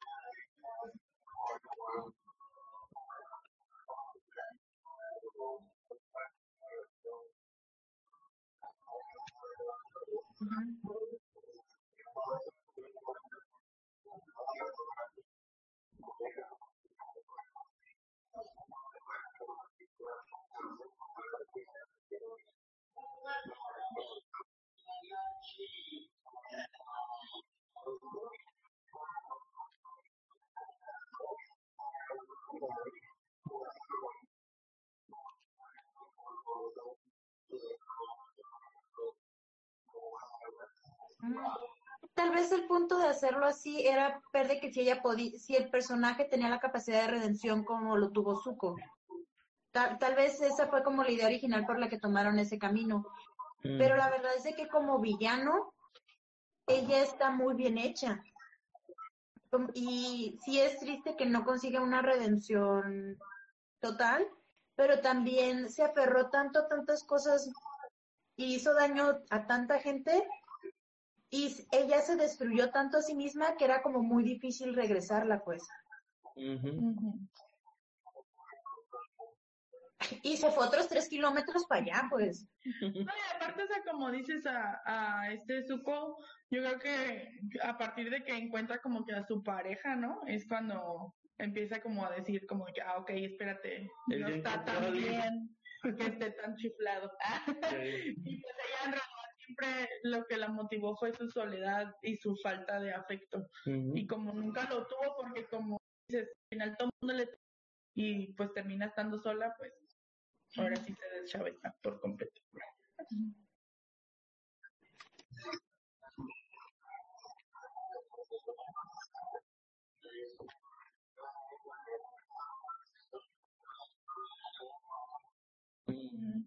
Tal vez el punto de hacerlo así era ver de que si ella podía, si el personaje tenía la capacidad de redención como lo tuvo Zuko. Tal, tal vez esa fue como la idea original por la que tomaron ese camino. Mm. Pero la verdad es de que como villano, ella está muy bien hecha. Como- Y sí es triste que no consiga una redención total, pero también se aferró tanto a tantas cosas y hizo daño a tanta gente y s- ella se destruyó tanto a sí misma que era como muy difícil regresarla, pues. Ujú. Ujú. Y se fue otros tres kilómetros para allá, pues. No, y aparte, o sea, como dices a, a este Zuko, yo creo que a partir de que encuentra como que a su pareja, ¿no? Es cuando empieza como a decir como que, ah, ok, espérate, Él no ya está encontró a tan alguien. bien que esté tan chiflado. Sí. Y pues ella en realidad siempre lo que la motivó fue su soledad y su falta de afecto. Ujú. Y como nunca lo tuvo, porque como dices, al final todo el mundo le y pues termina estando sola, pues ahora sí se deschaveta por completo. Mm.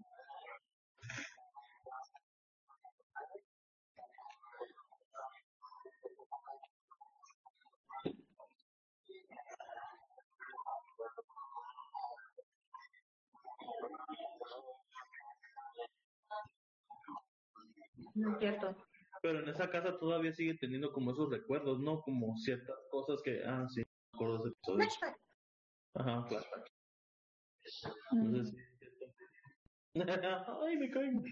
No es cierto. Pero en esa casa todavía sigue teniendo como esos recuerdos, ¿no? Como ciertas cosas que, ah, sí, me acuerdo de ese episodio. Flashback. Ajá, flashback. Entonces, sí. Ay, me caigo.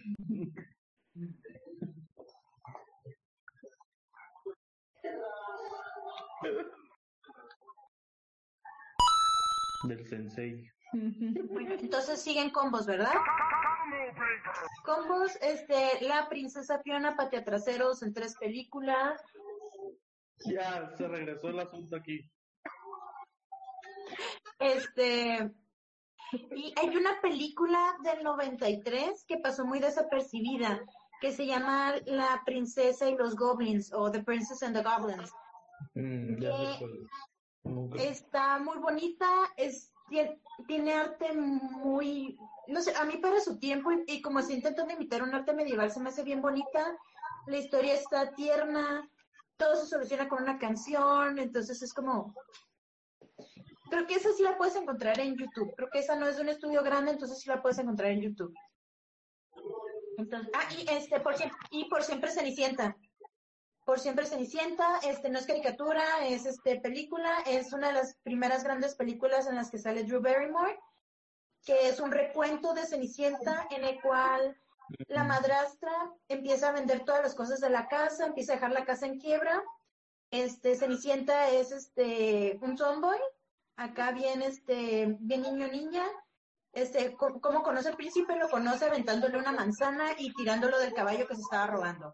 Del sensei. Bueno, entonces siguen combos, ¿verdad? Combos, este, la princesa Fiona patea traseros en tres películas. Ya, se regresó el asunto aquí. Este, y hay una película del noventa y tres que pasó muy desapercibida, que se llama La princesa y los goblins, o The Princess and the Goblins. Mm, ya sé cuál es. Nunca. Está muy bonita, es, tie- tiene arte muy, no sé, a mí para su tiempo y, y como se intentan imitar un arte medieval se me hace bien bonita, la historia está tierna, todo se soluciona con una canción, entonces es como, creo que esa sí la puedes encontrar en YouTube, creo que esa no es de un estudio grande, entonces sí la puedes encontrar en YouTube. Entonces, ah, y este, por siempre, y por siempre Cenicienta. Por siempre Cenicienta, este no es caricatura, es este película, es una de las primeras grandes películas en las que sale Drew Barrymore, que es un recuento de Cenicienta en el cual la madrastra empieza a vender todas las cosas de la casa, empieza a dejar la casa en quiebra. Este Cenicienta es este un tomboy, acá bien este bien niño niña. Este, ¿cómo conoce al príncipe? Lo conoce aventándole una manzana y tirándolo del caballo que se estaba robando.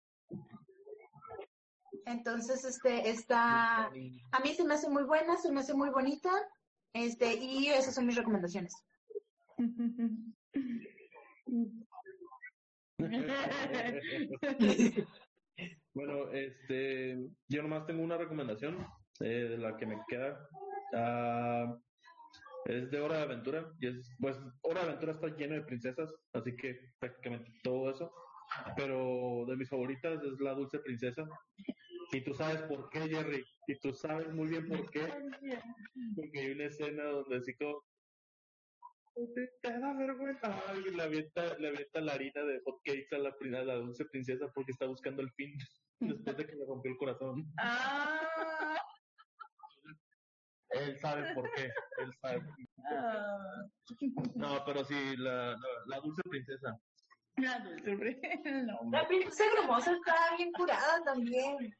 Entonces, este, está, a mí se me hace muy buena, se me hace muy bonita, este, y esas son mis recomendaciones. Bueno, este, yo nomás tengo una recomendación, eh, de la que me queda. Uh, es de Hora de Aventura, y es, pues, Hora de Aventura está lleno de princesas, así que prácticamente todo eso. Pero de mis favoritas es La Dulce Princesa. Y tú sabes por qué, Jerry. Y tú sabes muy bien por qué. Porque hay una escena donde así como... Te da vergüenza. Ay, le avienta, le avienta la harina de hotcakes a la, a la Dulce Princesa porque está buscando el fin después de que le rompió el corazón. Ah. Él sabe por qué. Él sabe por qué. Ah. No, pero sí, la, la, la Dulce Princesa. La Dulce Princesa. No, la princesa hermosa está bien curada también.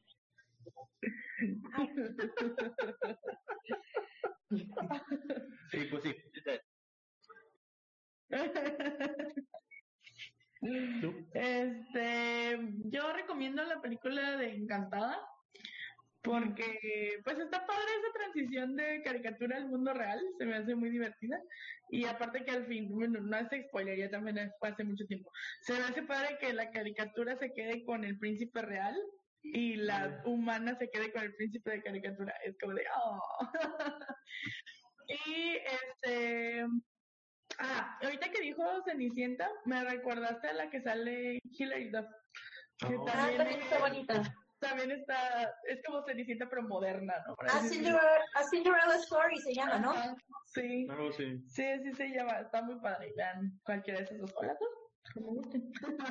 Sí, pues sí. Este, yo recomiendo la película de Encantada porque pues está padre esa transición de caricatura al mundo real, se me hace muy divertida y aparte que al fin, bueno, no es spoiler, ya también fue hace mucho tiempo, se me hace padre que la caricatura se quede con el príncipe real y la humana se quede con el príncipe de caricatura, es como de oh. Y este ah, ahorita que dijo Cenicienta, me recordaste a la que sale Hilary Duff. Que Oh. Ah, también, también está bonita. También está, es como Cenicienta pero moderna, ¿no? A Cinderella, a Cinderella Story se llama, ¿no? Ajá, sí. Oh, sí. Sí, sí se llama, está muy padre. Vean cualquiera de esas dos cosas, como gusten.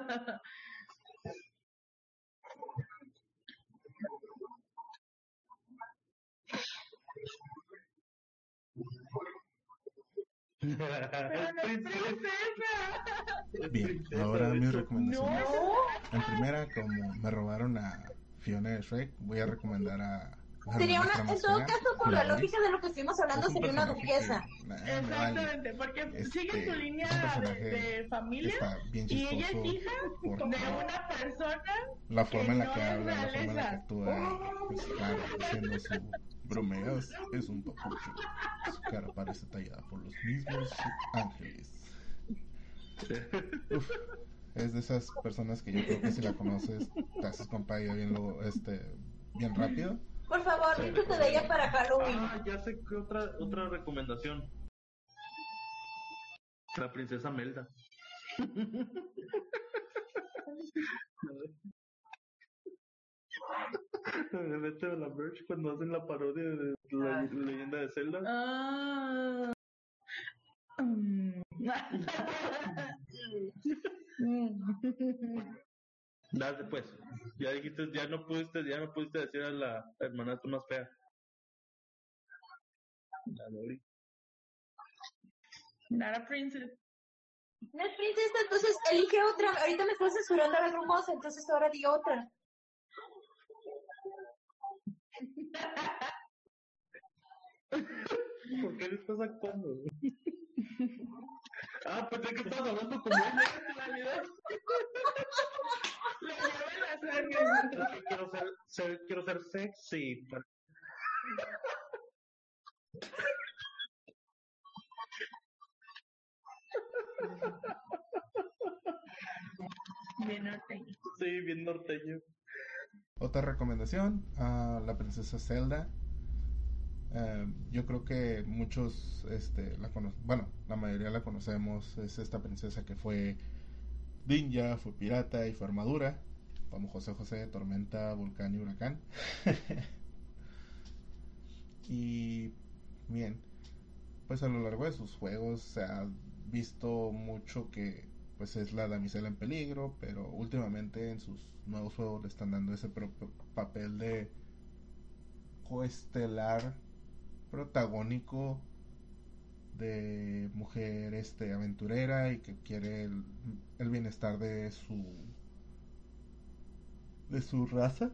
Bien, ahora mis recomendaciones. No. En primera, como me robaron a Fiona de Shrek, voy a recomendar a... la Sería una, hermanastra en más todo fea, caso, por la Florrie. lógica de lo que estuvimos hablando, Es un sería una personaje duquesa. que, nah, me vale. Exactamente, porque Este, sigue su línea es un de, personaje de familia está bien y ella chistoso es hija porque de una persona la forma que en la no que es habla, la forma en la que realeza. actúa, pues claro, haciendo su bromeos, es un papucho. Su cara parece tallada por los mismos ángeles. Uf, es de esas personas que yo creo que si la conoces, te haces compa bien, lo, este, bien rápido. Por favor, Sí, vístete pues, de ella para Halloween. Ah, ya sé que otra, otra recomendación. La princesa Melda. Me mete la merch cuando hacen la parodia de la Ah. leyenda de Zelda. Ah. Mm. Dale pues, ya dijiste, ya no pudiste, ya no pudiste decir a la hermanastra más fea. La Lori. Not a princess. No es princesa, entonces elige otra. Ahorita me estás censurando a la hermosa, entonces ahora di otra. ¿Por qué le estás actuando? Ah, pensé que estabas hablando como ella en realidad. Le lleva la sangre. Es que quiero ser, ser, quiero ser sexy. Bien norteño. Sí, bien norteño. Otra recomendación, a la princesa Zelda. Uh, yo creo que muchos, este, la cono- bueno, la mayoría la conocemos. Es esta princesa que fue ninja, fue pirata y fue armadura, como José José, tormenta, volcán y huracán. Y bien, pues a lo largo de sus juegos se ha visto mucho que pues es la damisela en peligro, pero últimamente en sus nuevos juegos le están dando ese pro- papel de coestelar protagónico de mujer este aventurera y que quiere el, el bienestar de su de su raza.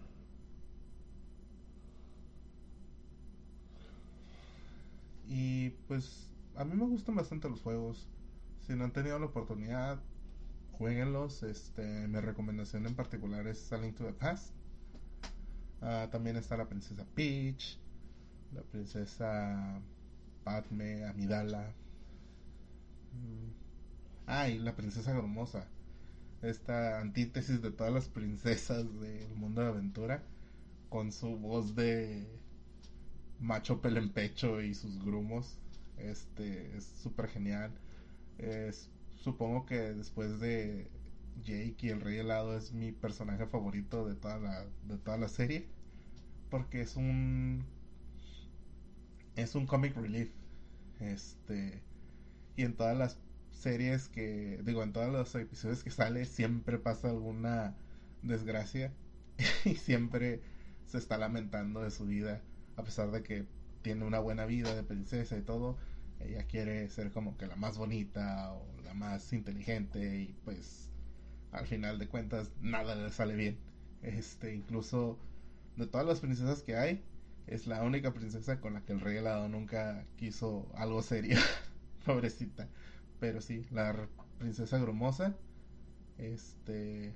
Y pues a mí me gustan bastante los juegos. Si no han tenido la oportunidad, jueguenlos. Este, mi recomendación en particular es A Link to the Past. Uh, también está la princesa Peach, la princesa Padme, Amidala. Mm. Ah, y la princesa Grumosa. Esta antítesis de todas las princesas del mundo de aventura, con su voz de macho pelempecho y sus grumos. Este es súper genial. Es, supongo que después de Jake y el Rey Helado es mi personaje favorito de toda la de toda la serie, porque es un es un comic relief. Este y en todas las series que digo en todos los episodios que sale siempre pasa alguna desgracia y siempre se está lamentando de su vida, a pesar de que tiene una buena vida de princesa y todo. Ella quiere ser como que la más bonita o la más inteligente y pues al final de cuentas nada le sale bien. Este, incluso de todas las princesas que hay, es la única princesa con la que el Rey Helado nunca quiso algo serio. Pobrecita. Pero sí, la r- princesa Grumosa, este,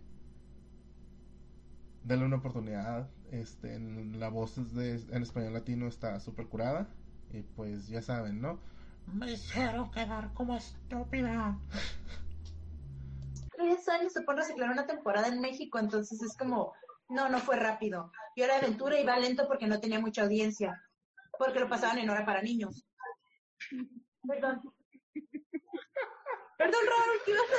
dale una oportunidad. Este, en la voz es de, en español latino está súper curada. Y pues ya saben, ¿no? Me hicieron quedar como estúpida. Tres años se pone a reciclar una temporada en México, entonces es como, no, no fue rápido. Y Hora de Aventura iba lento porque no tenía mucha audiencia, porque lo pasaban en hora para niños. Perdón. Perdón, Raúl, ¿qué ibas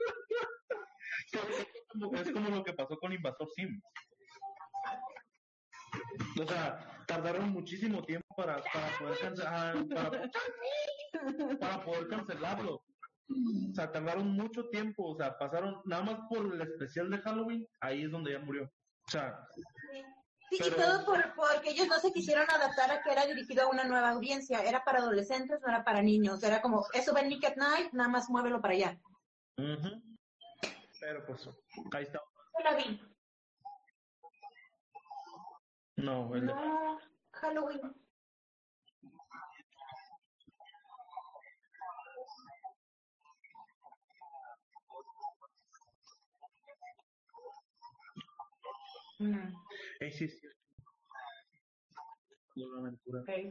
a decir? Es como, es como lo que pasó con Invasor Sim. O sea, tardaron muchísimo tiempo para, para poder cancelar, para, para poder cancelarlo. O sea, tardaron mucho tiempo. O sea, pasaron nada más por el especial de Halloween, ahí es donde ya murió. O sea, Sí, pero, y todo por, porque ellos no se quisieron adaptar a que era dirigido a una nueva audiencia. Era para adolescentes, no era para niños. Era como, eso va en Nick at Night, nada más muévelo para allá. uh-huh. Pero pues, ahí está. Yo la vi. No, el de... No, Halloween. Mm, Eh, sí, sí. Una aventura. okay.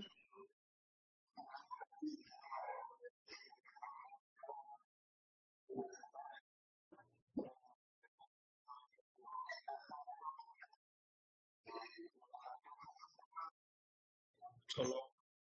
Solo.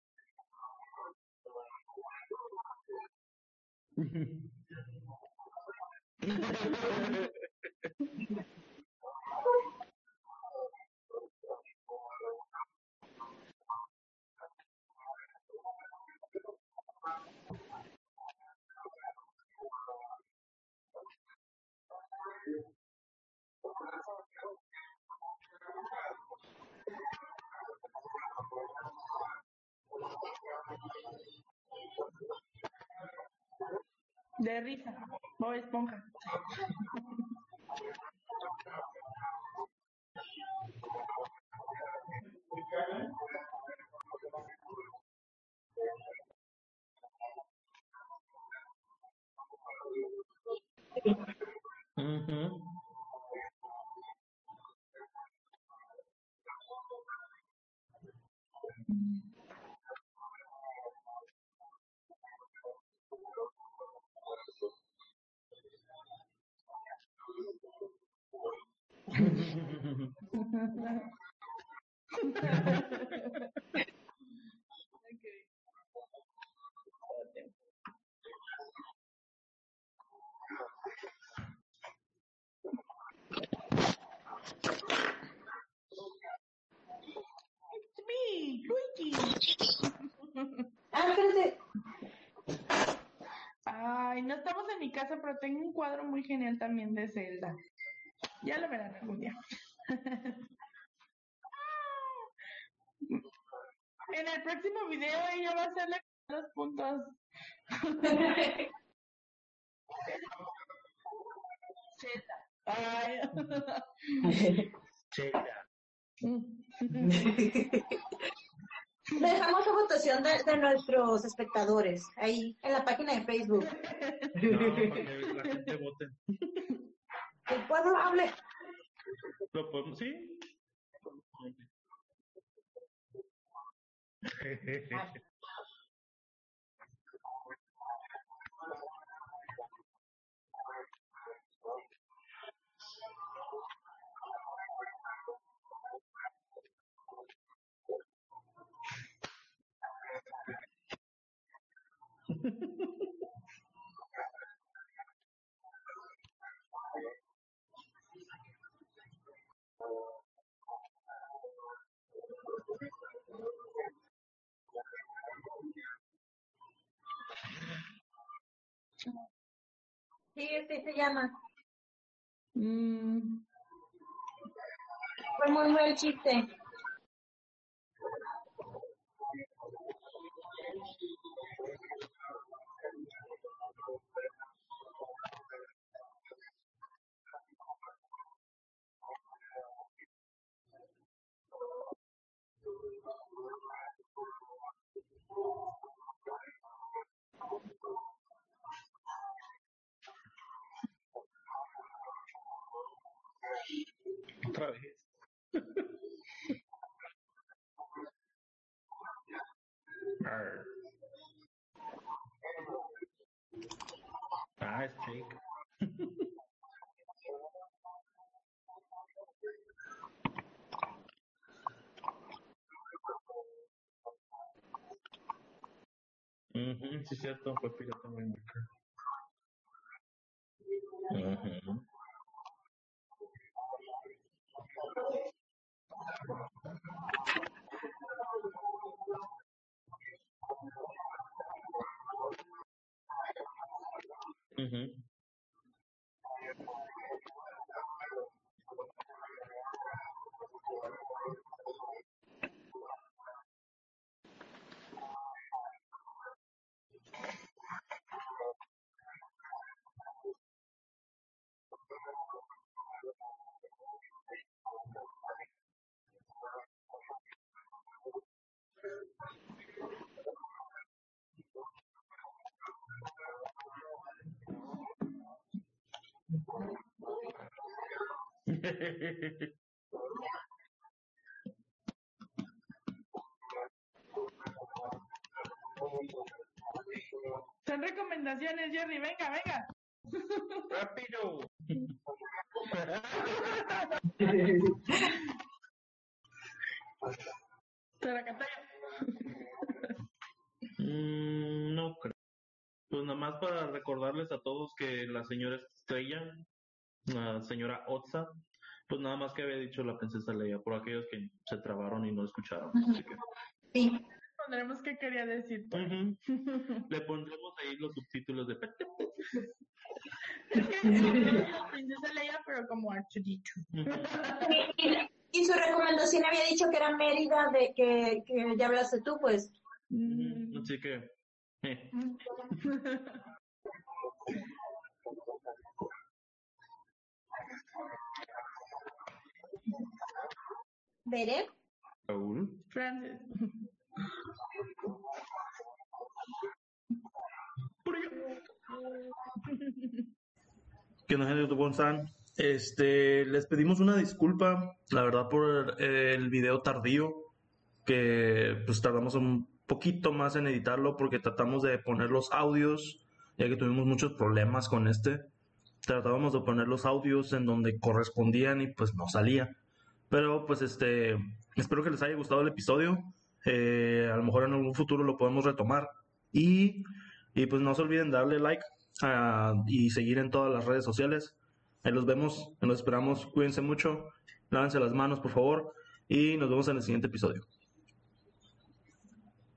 De risa. Bob Esponja. Uh-huh. It's me, Luigi. Ah, espérate. Ay, no estamos en mi casa, pero tengo un cuadro muy genial también de Zelda. Ya lo verán algún día. En el próximo video ella va a hacerle los puntos. Zelda. Ay. Zelda. Dejamos a votación de, de nuestros espectadores ahí en la página de Facebook. No, para que la gente vote. Que el pueblo hable. ¿Lo podemos? ¿Sí? Sí, sí se llama. Mm, Fue muy buen chiste. Otra vez. Arr. Ah, es Jake. Ujú, sí, cierto, fue Pirata Waymaker. Ujú. Ujú. son recomendaciones, Jerry. Venga, venga. ¡Rápido! Se la canté Mm, no creo. Pues nada más para recordarles a todos que la señora Estrella, la señora Otsa, pues nada más que había dicho la princesa Leia, por aquellos que se trabaron y no escucharon. Así que, Sí. Pondremos qué quería decir. Pues. ujú. Le pondremos ahí los subtítulos de... Es que es la princesa Leia, pero como Archudito. Y, y su recomendación había dicho que era Mérida, de que, que ya hablaste tú, pues. Ujú. Así que... eh. ¿Veré? Raúl. Francis. Por allá. ¿Qué onda, gente? ¿Cómo están? Este, les pedimos una disculpa, la verdad, por eh, el video tardío, que pues tardamos un poquito más en editarlo porque tratamos de poner los audios, ya que tuvimos muchos problemas con este. Tratábamos de poner los audios en donde correspondían y pues no salía. Pero pues este, espero que les haya gustado el episodio. Eh, a lo mejor en algún futuro lo podemos retomar. Y, y pues no se olviden darle like ah, y seguir en todas las redes sociales. Ahí los vemos, nos esperamos. Cuídense mucho, lávense las manos por favor y nos vemos en el siguiente episodio.